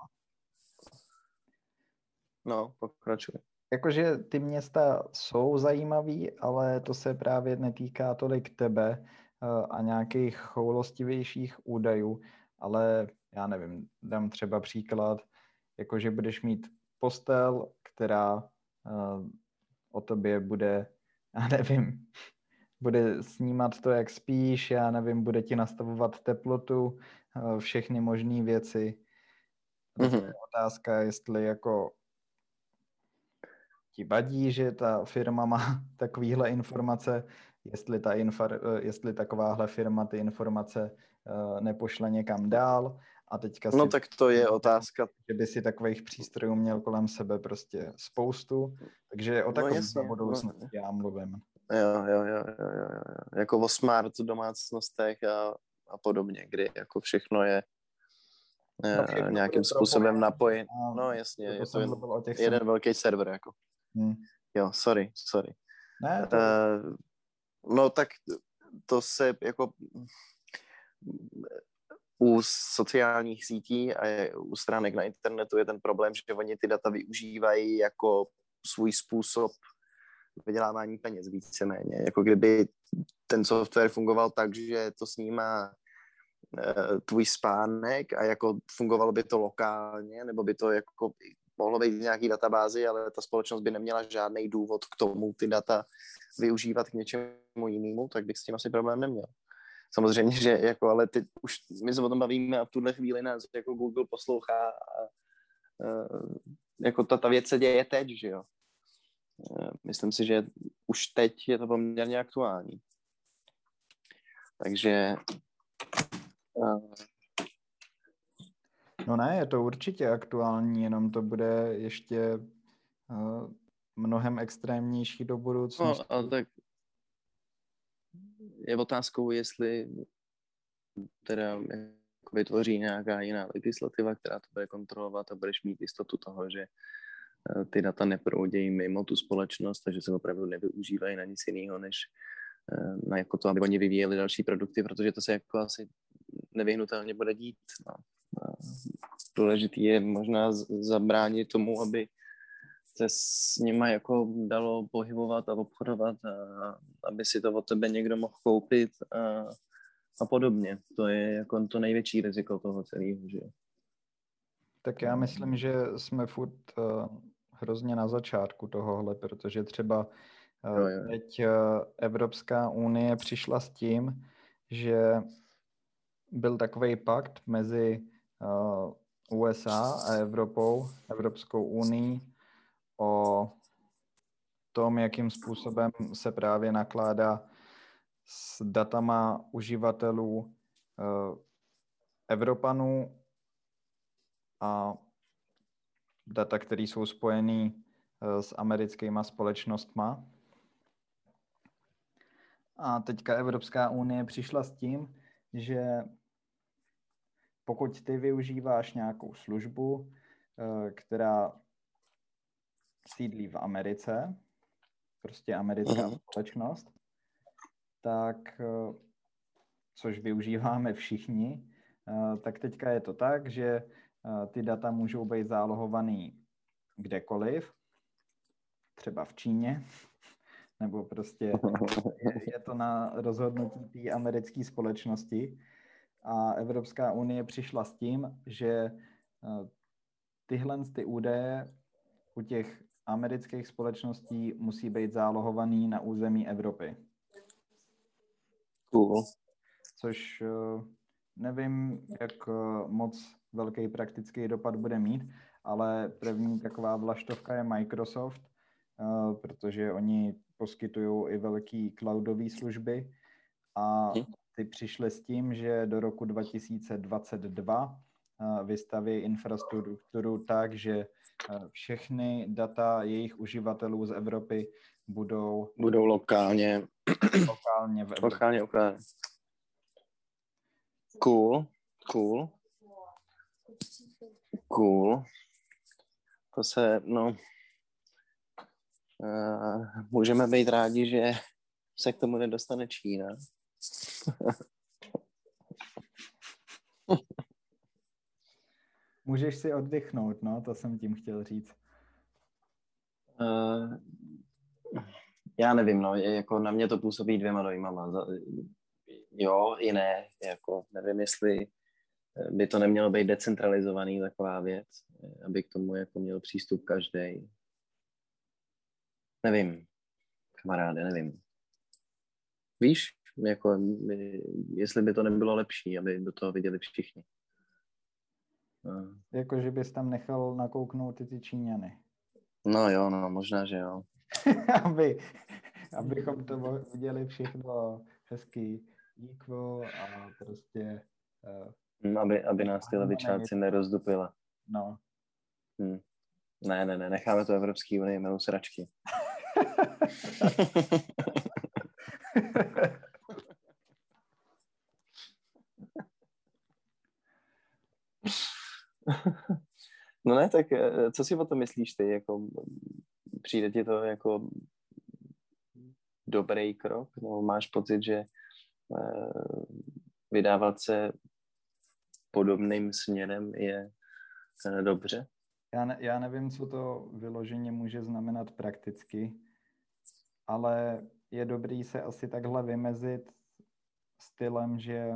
No, pokračuj. Jakože ty města jsou zajímavý, ale to se právě netýká tolik tebe a nějakých choulostivějších údajů, ale já nevím, dám třeba příklad, jakože budeš mít postel, která uh, o tobě bude, já nevím, bude snímat to, jak spíš, já nevím, bude ti nastavovat teplotu, uh, všechny možné věci. Mm-hmm. Je otázka, jestli jako ti vadí, že ta firma má takovýhle informace, jestli, ta infor, jestli takováhle firma ty informace uh, nepošle někam dál, A teďka No si, tak to je otázka. že by si takových přístrojů měl kolem sebe prostě spoustu, takže o No takových jasně, budoucnosti no. já mluvím. Jo, jo, jo, jo, jo, jo. Jako o smart domácnostech a, a podobně, kdy jako všechno je No, eh, nějakým způsobem napojen. No jasně, je to jen, jeden sem... velký server, jako. Hmm. Jo, sorry, sorry. Ne, to... Uh, no tak to se jako u sociálních sítí a u stránek na internetu je ten problém, že oni ty data využívají jako svůj způsob vydělávání peněz víceméně. Jako kdyby ten software fungoval tak, že to snímá uh, tvůj spánek a jako fungovalo by to lokálně, nebo by to jako mohlo být v nějaký databázi, ale ta společnost by neměla žádný důvod k tomu ty data využívat k něčemu jinému, tak bych s tím asi problém neměl. Samozřejmě, že jako, ale teď už my se o tom bavíme a v tuhle chvíli nás jako Google poslouchá a uh, jako ta, ta věc se děje teď, že jo. Uh, myslím si, že už teď je to poměrně aktuální. Takže uh, no ne, je to určitě aktuální, jenom to bude ještě uh, mnohem extrémnější do budoucnosti. No, ale tak je otázkou, jestli teda jako vytvoří nějaká jiná legislativa, která to bude kontrolovat a budeš mít jistotu toho, že ty data neproudějí mimo tu společnost a že se opravdu nevyužívají na nic jiného, než na jako to, aby oni vyvíjeli další produkty, protože to se jako asi nevyhnutelně bude dít. No. Důležitý je možná zabránit tomu, aby se s nima jako dalo pohybovat a obchodovat a aby si to od tebe někdo mohl koupit a, a podobně. To je jako to největší riziko toho celého, že? Tak já myslím, že jsme furt uh, hrozně na začátku tohohle, protože třeba uh, jo, jo. teď uh, Evropská unie přišla s tím, že byl takový pakt mezi uh, U S A a Evropou, Evropskou unii o tom, jakým způsobem se právě nakládá s datama uživatelů uh, Evropanů a data, které jsou spojený uh, s americkýma společnostma. A teďka Evropská unie přišla s tím, že pokud ty využíváš nějakou službu, uh, která sídlí v Americe, prostě americká uh-huh. společnost, tak, což využíváme všichni, tak teďka je to tak, že ty data můžou být zálohovaný kdekoliv, třeba v Číně, nebo prostě je to na rozhodnutí té americké společnosti. A Evropská unie přišla s tím, že tyhle ty údaje u těch amerických společností musí být zálohovaný na území Evropy. Cool. Což nevím, jak moc velký praktický dopad bude mít, ale první taková vlaštovka je Microsoft, protože oni poskytují i velký cloudové služby a ty přišli s tím, že do roku dva tisíce dvacet dva vystaví infrastrukturu tak, že všechny data jejich uživatelů z Evropy budou, budou lokálně lokálně v Evropě. Lokálně, lokálně. Cool, cool. Cool. To se, no, uh, můžeme být rádi, že se k tomu nedostane Čína. Můžeš si oddychnout, no, to jsem tím chtěl říct. Uh, já nevím, no, jako na mě to působí dvěma dojmama. Jo, i ne, jako nevím, jestli by to nemělo být decentralizovaný taková věc, aby k tomu jako měl přístup každý. Nevím, kamaráde, nevím. Víš, jako, jestli by to nebylo lepší, aby do toho viděli všichni. No. Jako, že bys tam nechal nakouknout ty, ty Číňany. No jo, no, možná, že jo. aby, abychom to viděli všechno hezký equal a prostě uh, Hm, aby, aby nás ty levičáci nerozdupila. No. Hm. Ne, ne, ne, necháme to Evropské unii, milou sračky. No ne, tak co si o tom myslíš ty? Jako, přijde ti to jako dobrý krok? Nebo máš pocit, že vydávat se podobným směrem je dobře? Já, ne, já nevím, co to vyloženě může znamenat prakticky, ale je dobrý se asi takhle vymezit stylem, že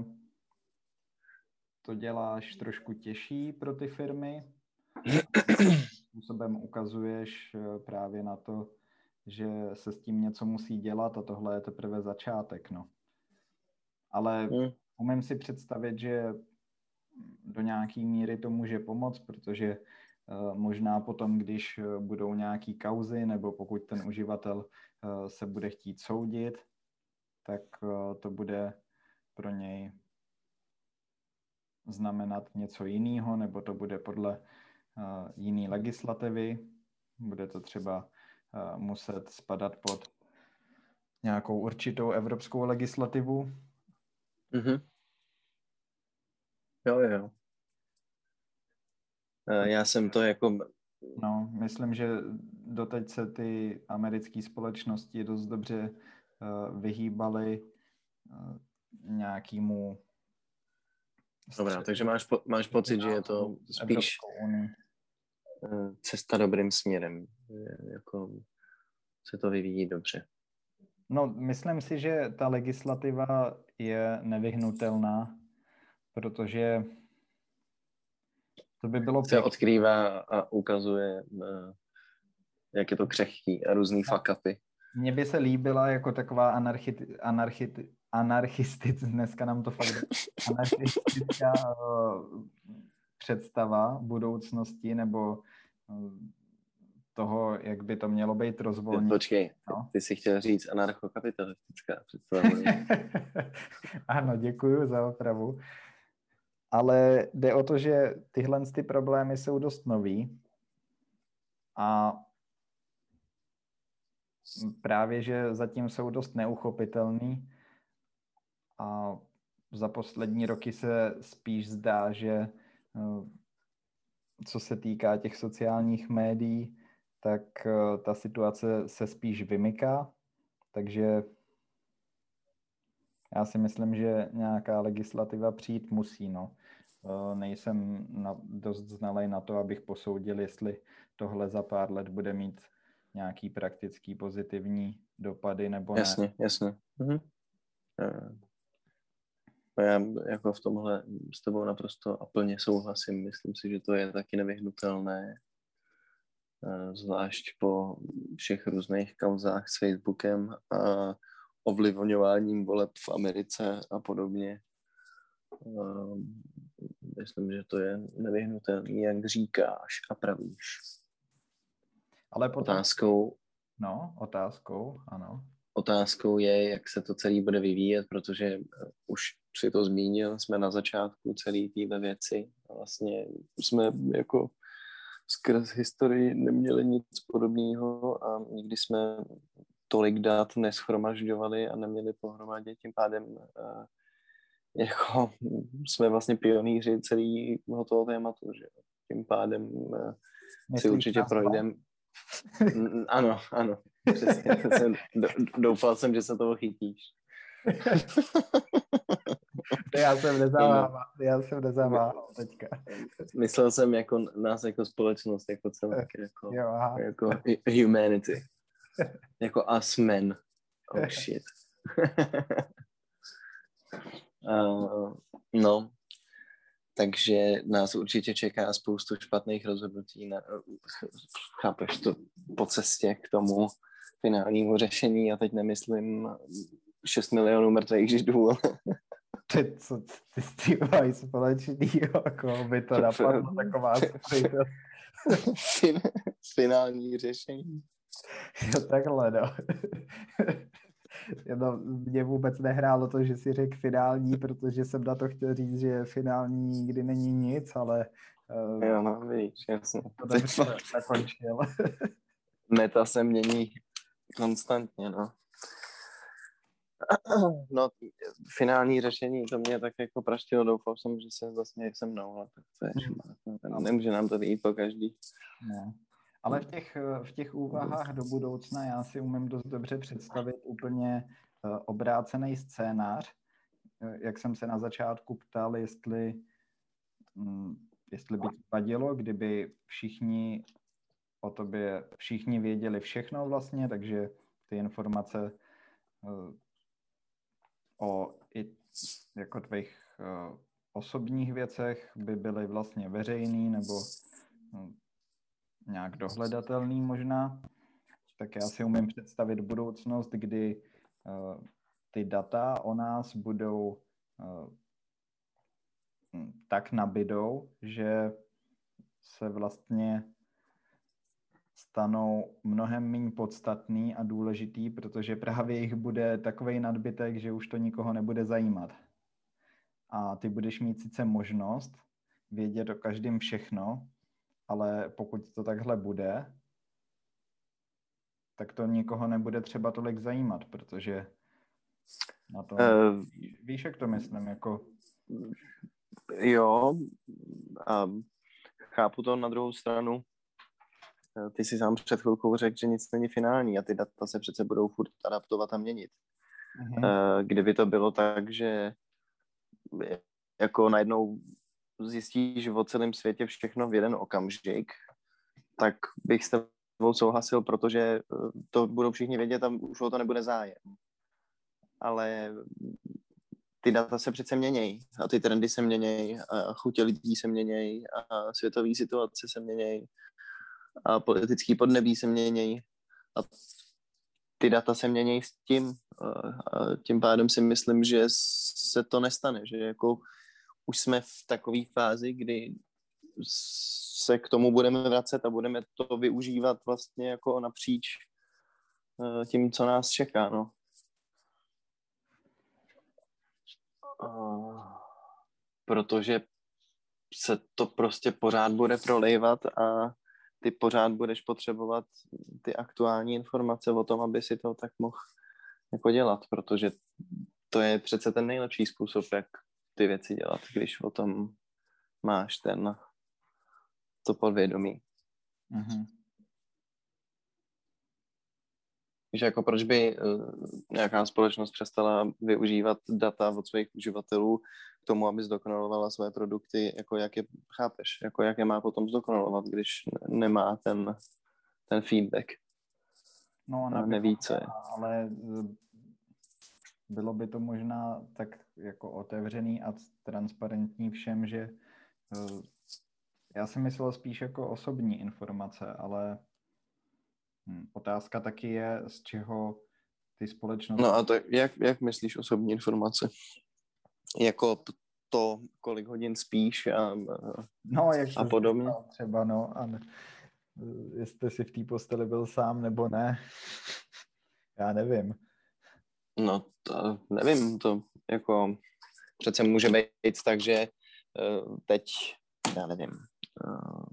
to děláš trošku těžší pro ty firmy. Způsobem ukazuješ právě na to, že se s tím něco musí dělat a tohle je teprve začátek, no. Ale hmm. umím si představit, že do nějaký míry to může pomoct, protože uh, možná potom, když budou nějaký kauzy, nebo pokud ten uživatel uh, se bude chtít soudit, tak uh, to bude pro něj znamenat něco jiného, nebo to bude podle uh, jiné legislativy. Bude to třeba uh, muset spadat pod nějakou určitou evropskou legislativu. Mm-hmm. Jo, jo. Uh, já jsem to jako... No, myslím, že doteď se ty americké společnosti dost dobře uh, vyhýbaly uh, nějakému... Dobrá, takže máš, po, máš pocit, že je to spíš cesta dobrým směrem. Jako se to vyvíjí dobře. No, myslím si, že ta legislativa je nevyhnutelná, protože to by bylo... Se odkrývá a ukazuje, jak je to křehký a různý fuck-upy. Mně by se líbila jako taková anarchit, anarchit, anarchistic, dneska nám to fakt anarchistická uh, představa budoucnosti nebo uh, toho, jak by to mělo být rozvolněné. Počkej, no? Ty jsi chtěl říct anarchokapitalistická představa. Ano, děkuju za opravu. Ale jde o to, že tyhle ty problémy jsou dost nový a právě, že zatím jsou dost neuchopitelný a za poslední roky se spíš zdá, že co se týká těch sociálních médií, tak ta situace se spíš vymyká, takže já si myslím, že nějaká legislativa přijít musí, no. Nejsem na, dost znalej na to, abych posoudil, jestli tohle za pár let bude mít nějaký praktický pozitivní dopady, nebo ne. Jasně, jasně. Mhm. Já jako v tomhle s tebou naprosto a plně souhlasím. Myslím si, že to je taky nevyhnutelné. Zvlášť po všech různých kauzách s Facebookem a ovlivňováním voleb v Americe a podobně. Myslím, že to je nevyhnutelné, jak říkáš a pravíš. Ale potom... Otázkou... No, otázkou, ano. Otázkou je, jak se to celý bude vyvíjet, protože už si to zmínil, jsme na začátku celé téhle věci. Vlastně jsme jako skrz historii neměli nic podobného a nikdy jsme tolik dat neschromažďovali a neměli pohromadě, tím pádem jako jsme vlastně pionýři celého toho tématu, že tím pádem Myslíš si určitě projdeme. Ano, ano, přesně. Jsem, doufal jsem, že se toho chytíš. já jsem nezavámal, já jsem nezavámal teďka. Myslel jsem jako nás jako společnost, jako celé, jako, jako humanity. Jako us men. Oh shit. uh, no, takže nás určitě čeká spoustu špatných rozhodnutí. Na, chápeš to po cestě k tomu finálnímu řešení. A teď nemyslím šest milionů mrtvých židů. Ty, co ty s tím mají společnýho, jako by to napadlo taková spojitost. Finální řešení. Jo, takhle, no. No, mě vůbec nehrálo to, že si řekl finální, protože jsem na to chtěl říct, že finální nikdy není nic, ale uh, Jo, no, vidíš, jasně. to dobře zakončil. Meta se mění konstantně, no. No, finální řešení, to mě tak jako praštilo, doufal jsem, že se vlastně se mnou, ale tak to je šmát. Nemůže nám to vyjít po každý. Ne. Ale v těch, v těch úvahách do budoucna já si umím dost dobře představit úplně uh, obrácený scénář, jak jsem se na začátku ptal, jestli, um, jestli by to vadilo, kdyby všichni o tobě, všichni věděli všechno vlastně, takže ty informace uh, o i jako tvých uh, osobních věcech by byly vlastně veřejný nebo uh, nějak dohledatelný možná, tak já si umím představit budoucnost, kdy uh, ty data o nás budou uh, tak nabydou, že se vlastně stanou mnohem méně podstatný a důležitý, protože právě jich bude takovej nadbytek, že už to nikoho nebude zajímat. A ty budeš mít sice možnost vědět o každém všechno, ale pokud to takhle bude, tak to nikoho nebude třeba tolik zajímat, protože na to... Uh, víš, jak to myslím, jako... Jo, a chápu to na druhou stranu. Ty si sám před chvilkou řekl, že nic není finální a ty data se přece budou furt adaptovat a měnit. Uh-huh. Kdyby to bylo tak, že jako najednou zjistíš o celém světě všechno v jeden okamžik, tak bych s tebou souhlasil, protože to budou všichni vědět a už o to nebude zájem. Ale ty data se přece měnějí a ty trendy se měnějí a chutě lidí se měnějí a světové situace se měnějí a politický podnebí se měnějí a ty data se měnějí s tím a tím pádem si myslím, že se to nestane, že jako už jsme v takové fázi, kdy se k tomu budeme vracet a budeme to využívat vlastně jako napříč tím, co nás čeká, no. Protože se to prostě pořád bude prolejvat a ty pořád budeš potřebovat ty aktuální informace o tom, aby si to tak mohl jako dělat, protože to je přece ten nejlepší způsob, jak ty věci dělat, když o tom máš ten to podvědomí. Mm-hmm. Víš, jako proč by uh, nějaká společnost přestala využívat data od svých uživatelů k tomu, aby zdokonalovala své produkty, jako jak je chápeš, jako jak je má potom zdokonalovat, když nemá ten, ten feedback. No, a neví, co je. Ale bylo by to možná tak jako otevřený a transparentní všem, že uh, já si myslel spíš jako osobní informace, ale hm, otázka taky je, z čeho ty společnosti... No a to jak, jak myslíš osobní informace? Jako to, kolik hodin spíš a, no, jak a podobně? Třeba, no, a ne, jestli jsi v té posteli byl sám nebo ne, já nevím. No, to nevím, to jako přece může být tak, že uh, teď, já nevím, uh,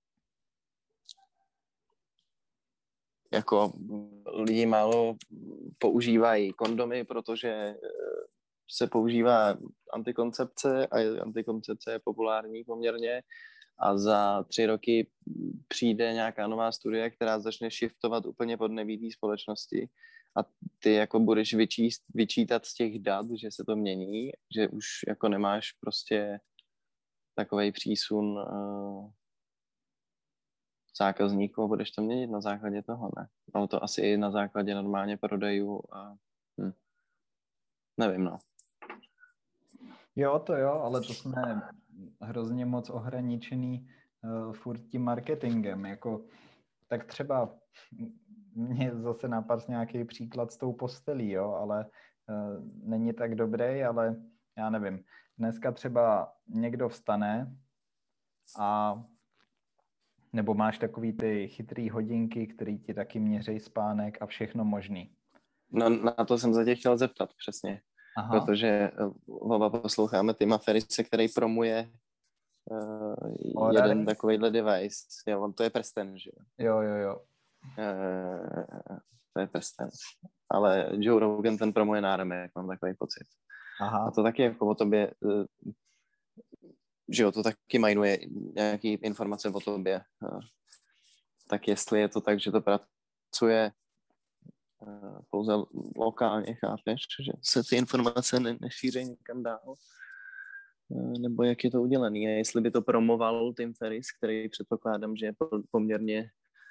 jako lidi málo používají kondomy, protože se používá antikoncepce a antikoncepce je populární poměrně a za tři roky přijde nějaká nová studie, která začne shiftovat úplně podnebí té společnosti a ty jako budeš vyčíst, vyčítat z těch dat, že se to mění, že už jako nemáš prostě takovej přísun uh, zákazníků a budeš to měnit na základě toho, ne? Ale to asi i na základě normálně prodejů a hm. nevím, no. Jo, to jo, ale to jsme hrozně moc ohraničený uh, furt tím marketingem, jako tak třeba mě zase napadl nějaký příklad s tou postelí, jo, ale uh, není tak dobrý, ale já nevím. Dneska třeba někdo vstane a nebo máš takový ty chytrý hodinky, který ti taky měří spánek a všechno možný. No na to jsem se tě chtěl zeptat přesně. Aha. Protože oba posloucháme Tima Ferrise, který promuje uh, jeden takovejhle device. Jo, on to je prsten, že jo? Jo, jo, jo. Uh, to je prsten. Ale Joe Rogan ten promuje náramek, mám takový pocit. Aha. A to taky jako o tobě, uh, že jo, to taky majnuje nějaký informace o tobě. Uh, tak jestli je to tak, že to pracuje pouze lokálně, chápeš, že se ty informace ne- nešíří někam dál, nebo jak je to udělané. A jestli by to promoval Tim Ferriss, který předpokládám, že je poměrně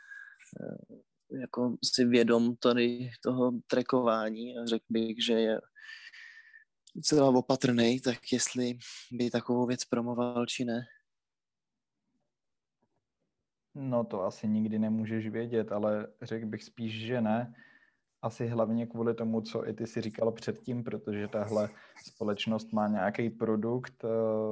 jako si vědom tady toho trackování a řekl bych, že je celá opatrnej, tak jestli by takovou věc promoval, či ne. No to asi nikdy nemůžeš vědět, ale řekl bych spíš, že ne. Asi hlavně kvůli tomu, co i ty si říkal předtím, protože tahle společnost má nějaký produkt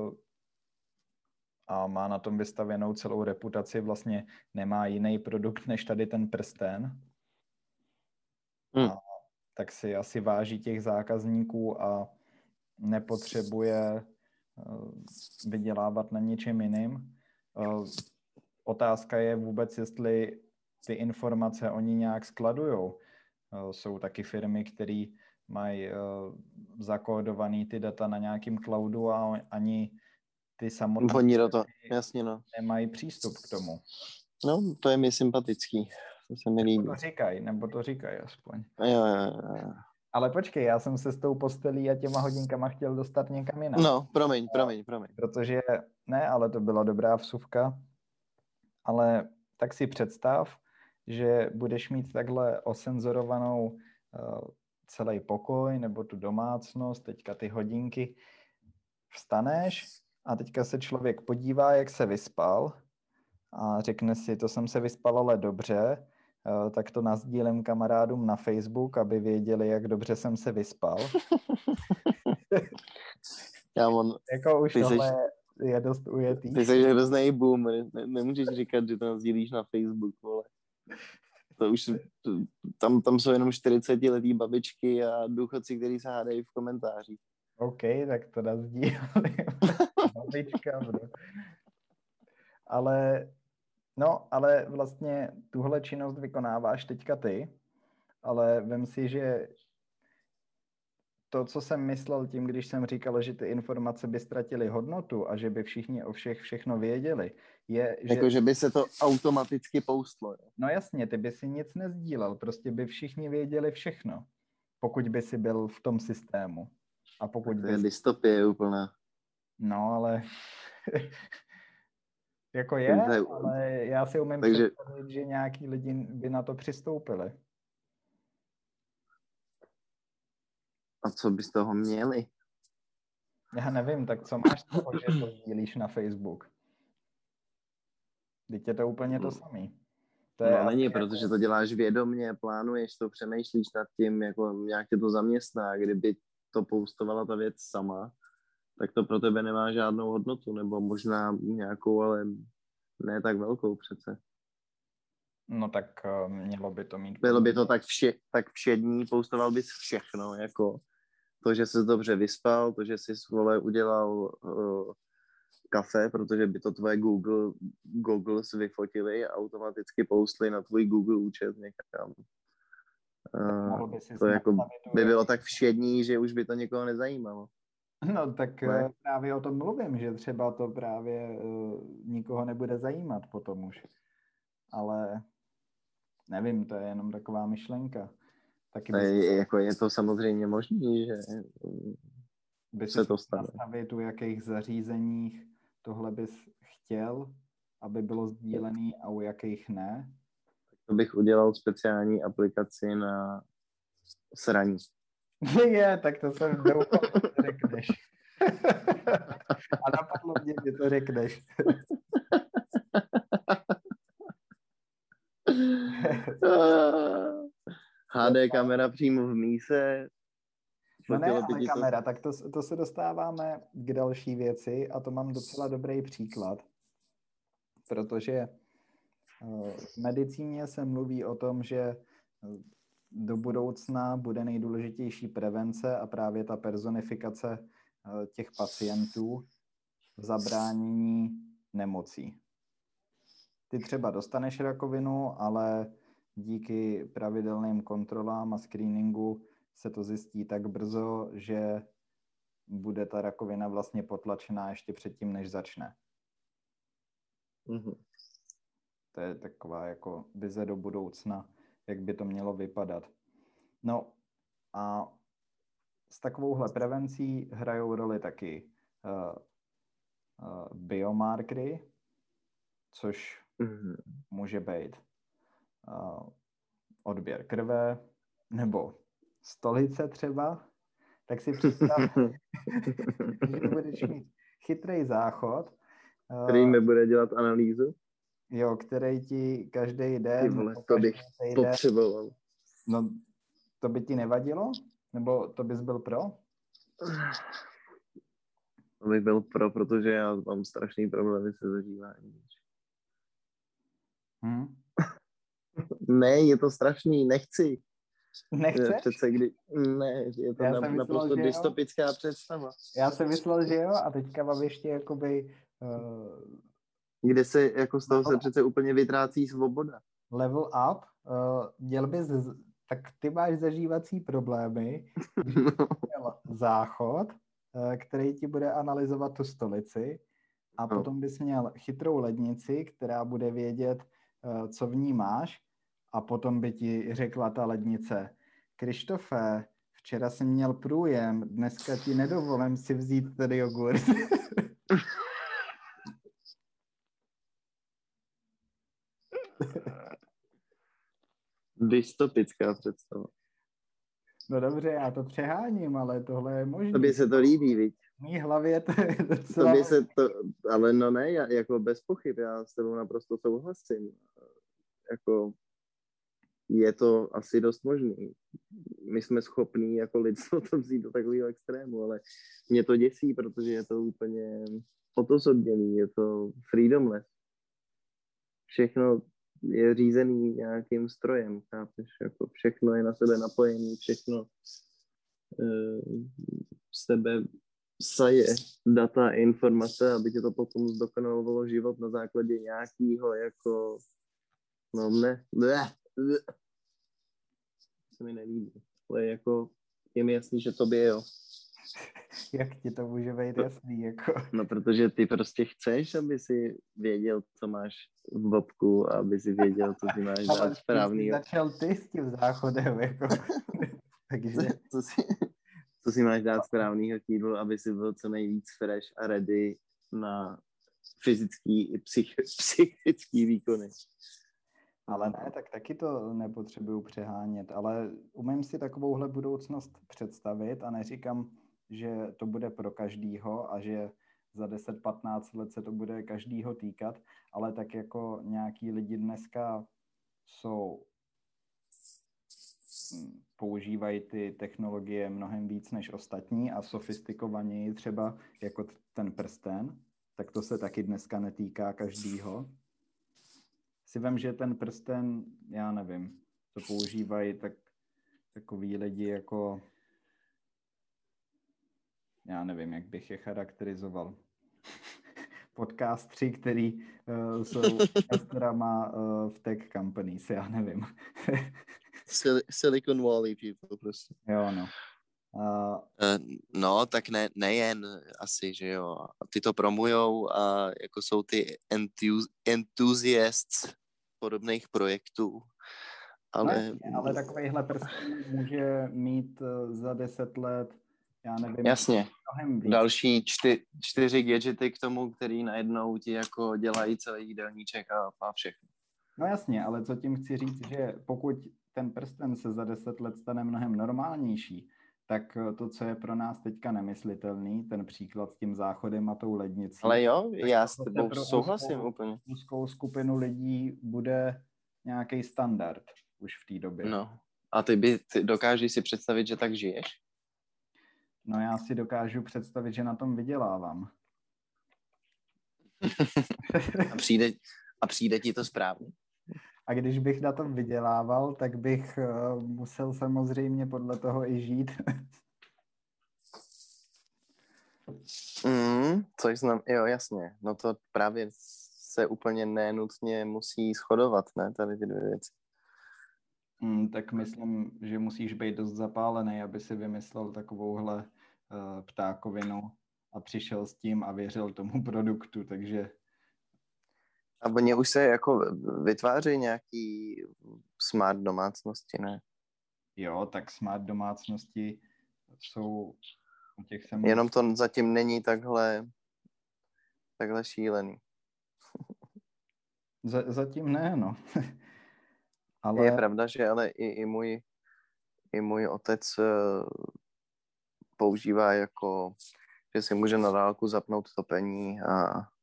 a má na tom vystavěnou celou reputaci, vlastně nemá jiný produkt než tady ten prsten. Hmm. A tak si asi váží těch zákazníků a nepotřebuje vydělávat na něčem jiným. Otázka je vůbec, jestli ty informace oni nějak skladujou. Jsou taky firmy, které mají zakódovaný ty data na nějakém cloudu a ani ty samotné Oni do to, jasně no. nemají přístup k tomu. No, to je mi sympatický. To se mi líbí. Nebo to říkají, nebo to říkají aspoň. Jo, jo, jo. Ale počkej, já jsem se s tou postelí a těma hodinkama chtěl dostat někam jinam. No, promiň, promiň, promiň. Protože, ne, ale to byla dobrá vsuvka. Ale tak si představ, že budeš mít takhle osenzorovanou uh, celý pokoj nebo tu domácnost, teďka ty hodinky, vstaneš a teďka se člověk podívá, jak se vyspal a řekne si, to jsem se vyspal, ale dobře, uh, tak to nasdílím kamarádům na Facebook, aby věděli, jak dobře jsem se vyspal. Já on, jako už tohle jsi, je dost ujetý. Ty jsi hrozný boomer, ne, nemůžeš říkat, že to nasdílíš na Facebook, vole. To už, to, tam, tam jsou jenom čtyřicetiletý babičky a důchodci, kteří se hádají v komentářích. OK, tak to nasdílím. Babička, bro. Ale, no, ale vlastně tuhle činnost vykonáváš teďka ty, ale vem si, že to, co jsem myslel tím, když jsem říkal, že ty informace by ztratily hodnotu a že by všichni o všech všechno věděli, je, že... Jako, že by se to automaticky poustlo. Jo? No jasně, ty by si nic nezdílel, prostě by všichni věděli všechno, pokud by si byl v tom systému. A pokud to by... je dystopie úplná. No, ale... jako je, je, ale já si umím Takže... představit, že nějaký lidi by na to přistoupili. A co by z toho měli? Já nevím, tak co máš z toho, že to sdílíš na Facebook? Teď je to úplně to samé. To no není, jako... protože to děláš vědomě, plánuješ to, přemýšlíš nad tím, jako nějak tě to zaměstná. Kdyby to postovala ta věc sama, tak to pro tebe nemá žádnou hodnotu, nebo možná nějakou, ale ne tak velkou přece. No tak uh, mělo by to mít... Bylo by to tak, vše, tak všední, postoval bys všechno, jako to, že jsi dobře vyspal, to, že jsi vole udělal uh, kafe, protože by to tvoje Google, Google vyfotili a automaticky postli na tvůj Google účet někam. Uh, to jako by bylo tak všední, že už by to někoho nezajímalo. No tak ne? Právě o tom mluvím, že třeba to právě uh, nikoho nebude zajímat potom už. Ale nevím, to je jenom taková myšlenka. Taky bys... je, jako je to samozřejmě možný, že by se to stane. Nastavit, u jakých zařízeních tohle bys chtěl, aby bylo sdílený a u jakých ne? To bych udělal speciální aplikaci na sraní. Je, tak to jsem doufal, že to řekneš. A napadlo mě, že to řekneš. H D kamera přímo v míse. No ne, ale kamera, tak to, to se dostáváme k další věci a to mám docela dobrý příklad, protože v medicíně se mluví o tom, že do budoucna bude nejdůležitější prevence a právě ta personifikace těch pacientů v zabránění nemocí. Ty třeba dostaneš rakovinu, ale díky pravidelným kontrolám a screeningu se to zjistí tak brzo, že bude ta rakovina vlastně potlačená ještě předtím, než začne. Mm-hmm. To je taková jako vize do budoucna, jak by to mělo vypadat. No a s takovouhle prevencí hrajou roli taky uh, uh, biomarkery, což mm-hmm. může být uh, odběr krve nebo stolice třeba. Tak si představ, že budeš mít chytrý záchod, uh, který mi bude dělat analýzu. Jo, který ti každý den... Ty vole, to bych potřeboval. No, to by ti nevadilo? Nebo to bys byl pro? To bych byl pro, protože já mám strašný problémy se zažíváním. Hmm? Ne, je to strašný, nechci. Nechceš? Přece kdy... Ne, je to na, myslel, naprosto dystopická jo. představa. Já jsem myslel, že jo, a teďka mám ještě jakoby... Uh... Kde se, jako z toho se přece úplně vytrácí svoboda. Level up, uh, měl bys, tak ty máš zažívací problémy, no. záchod, uh, který ti bude analyzovat tu stolici a no. potom bys měl chytrou lednici, která bude vědět, uh, co v ní máš a potom by ti řekla ta lednice: Krištofe, včera jsem měl průjem, dneska ti nedovolím si vzít ten jogurt. Dystopická představa. No dobře, já to přeháním, ale tohle je možné. Tobě se to líbí, viď? V mý hlavě to je docela... Tobě se to, ale no ne, já, jako bez pochyb, já s tebou naprosto souhlasím. Jako je to asi dost možný. My jsme schopní jako lidstvo to vzít do takového extrému, ale mě to děsí, protože je to úplně odosobněný, je to freedomless. Všechno je řízený nějakým strojem, chápeš? Jako všechno je na sebe napojený, všechno uh, z tebe saje data, informace, aby tě to potom zdokonalovalo život na základě nějakého jako no ne, bleh, bleh. Se mi nelíbí. Ale jako je mi jasný, že tobě jo. Jak ti to může být jasný? Jako? No, protože ty prostě chceš, aby si věděl, co máš v bobku, aby si věděl, co si máš dát správnýho. Ale začal ty s tím záchodem, jako. Takže... Co si, co si máš dát správnýho k jídlu, aby si byl co nejvíc fresh a ready na fyzický i psych, psychický výkony. Ale ne, tak taky to nepotřebuju přehánět, ale umím si takovouhle budoucnost představit a neříkám, že to bude pro každýho a že za deset patnáct let se to bude každýho týkat, ale tak jako nějaký lidi dneska jsou, používají ty technologie mnohem víc než ostatní a sofistikovaněji třeba jako ten prsten, tak to se taky dneska netýká každýho. Si vem, že ten prsten, já nevím, to používají tak, takový lidi jako, já nevím, jak bych je charakterizoval. Podcastři, který uh, jsou podcasterama uh, v tech companies, já nevím. Sil- Silicon Valley people prostě. Jo, no. Uh, uh, no, tak ne, nejen asi, že jo. Ty to promujou a jako jsou ty enthus- enthusiasts podobných projektů. Ale, no, ale takovejhle prsten může mít uh, za deset let, já nevím. Jasně. Další čty, čtyři gadgety k tomu, který najednou ti jako dělají celý jídelníček a, a všechno. No jasně, ale co tím chci říct, že pokud ten prsten se za deset let stane mnohem normálnější, tak to, co je pro nás teďka nemyslitelný, ten příklad s tím záchodem a tou lednicí. Ale jo, já s tebou souhlasím úzkou, úplně. Úzkou skupinu lidí bude nějaký standard už v té době. No, a ty, by, ty dokážeš si představit, že tak žiješ? No já si dokážu představit, že na tom vydělávám. a, přijde, a přijde ti to správně? A když bych na tom vydělával, tak bych uh, musel samozřejmě podle toho i žít. mm, což znam, jo, jasně. No to právě se úplně nenutně musí shodovat, ne, tady ty dvě věci. Mm, tak myslím, že musíš být dost zapálený, aby si vymyslel takovouhle uh, ptákovinu a přišel s tím a věřil tomu produktu, takže... A oni už se jako vytváří nějaký smart domácnosti, ne? Jo, tak smart domácnosti jsou u těch jsem... Jenom to zatím není takhle takhle šílený. Z- zatím ne, no. Ale... Je pravda, že ale i, i, můj, i můj otec uh, používá jako, že si může na dálku zapnout topení a,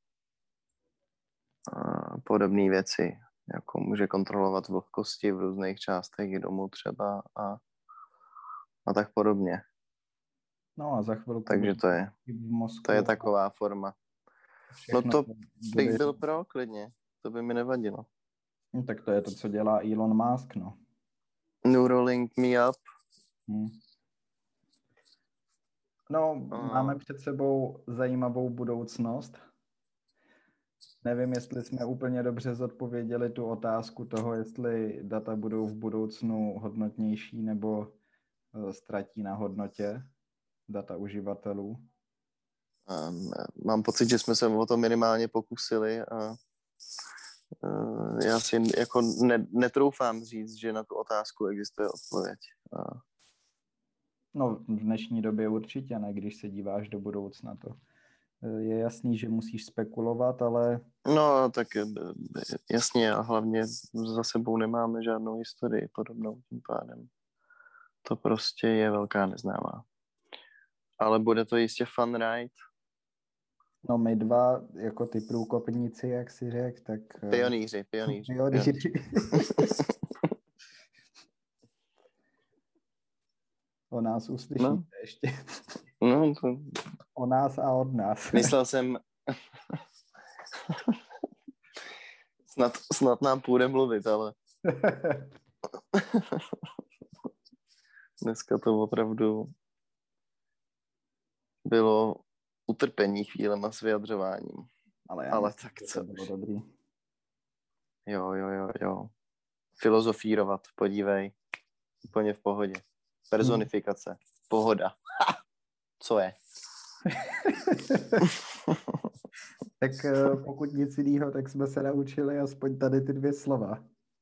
a podobné věci. Jako může kontrolovat vlhkosti v různých částech domu třeba a, a tak podobně. No a za chvilku... Takže to je, to je taková forma. No to bych byl pro, klidně. To by mi nevadilo. No, tak to je to, co dělá Elon Musk, no. Neuralink me up. Hmm. No, uh. máme před sebou zajímavou budoucnost. Nevím, jestli jsme úplně dobře zodpověděli tu otázku toho, jestli data budou v budoucnu hodnotnější nebo uh, ztratí na hodnotě data uživatelů. Um, mám pocit, že jsme se o to minimálně pokusili a uh, já si jako ne, netroufám říct, že na tu otázku existuje odpověď. A... No v dnešní době určitě ne, když se díváš do budoucna. To je jasný, že musíš spekulovat, ale... No tak jasně a hlavně za sebou nemáme žádnou historii podobnou tím pádem. To prostě je velká neznámá. Ale bude to jistě fun ride. No my dva, jako ty průkopníci, jak si řekl, tak... Pionýři, pionýři. Pionýři. O nás uslyšíte no. ještě. No, to... O nás a od nás. Myslel jsem... snad, snad nám půjde mluvit, ale... Dneska to opravdu bylo utrpení chvílema s vyjadřováním. Ale, ale tak co? Bylo dobrý. Jo, jo, jo, jo. Filozofírovat, podívej. Úplně v pohodě. Personifikace. Hmm. Pohoda. Ha! Co je? Tak pokud nic jiného, tak jsme se naučili aspoň tady ty dvě slova.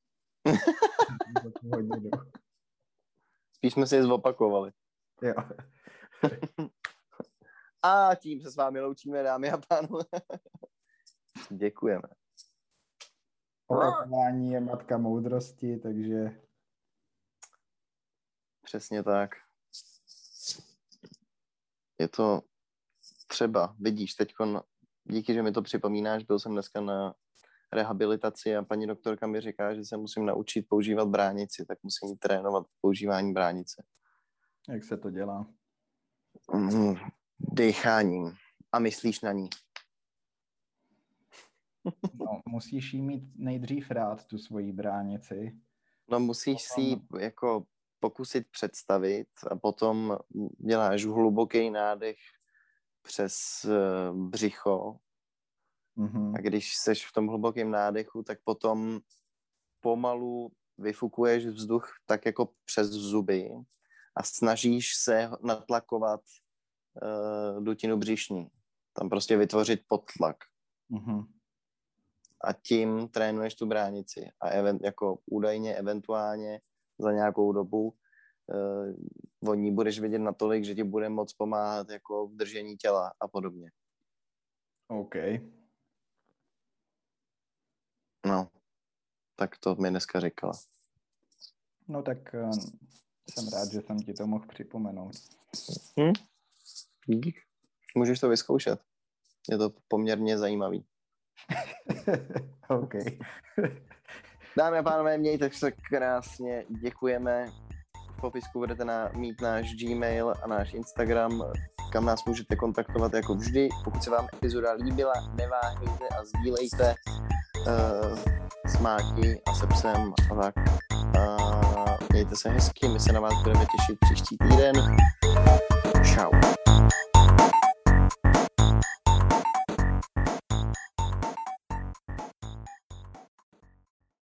Spíš jsme si je zopakovali. Jo. A tím se s vámi loučíme, dámy a pánové. Děkujeme. Opakování je matka moudrosti, takže... Přesně tak. Je to třeba, vidíš, teďkon, díky, že mi to připomínáš, byl jsem dneska na rehabilitaci a paní doktorka mi říká, že se musím naučit používat bránici, tak musím trénovat používání bránice. Jak se to dělá? Mm, dýcháním. A myslíš na ní. No, musíš jí mít nejdřív rád, tu svoji bránici. No musíš si ji jako pokusit představit a potom děláš hluboký nádech přes břicho. Mm-hmm. A když seš v tom hlubokém nádechu, tak potom pomalu vyfukuješ vzduch tak jako přes zuby a snažíš se natlakovat uh, dutinu břišní. Tam prostě vytvořit podtlak. Mm-hmm. A tím trénuješ tu bránici. A event, jako údajně, eventuálně za nějakou dobu uh, o ní budeš vědět natolik, že ti bude moc pomáhat jako v držení těla a podobně. OK. No, tak to mi dneska říkala. No tak uh, jsem rád, že jsem ti to mohl připomenout. Hm? Dík. Můžeš to vyzkoušet. Je to poměrně zajímavý. OK. Dámy a pánové, mějte se krásně, děkujeme. V popisku budete na, mít náš Gmail a náš Instagram, kam nás můžete kontaktovat jako vždy. Pokud se vám epizoda líbila, neváhejte a sdílejte. uh, s Máky a se psem a tak. Uh, mějte se hezky, my se na vás budeme těšit příští týden. Čau.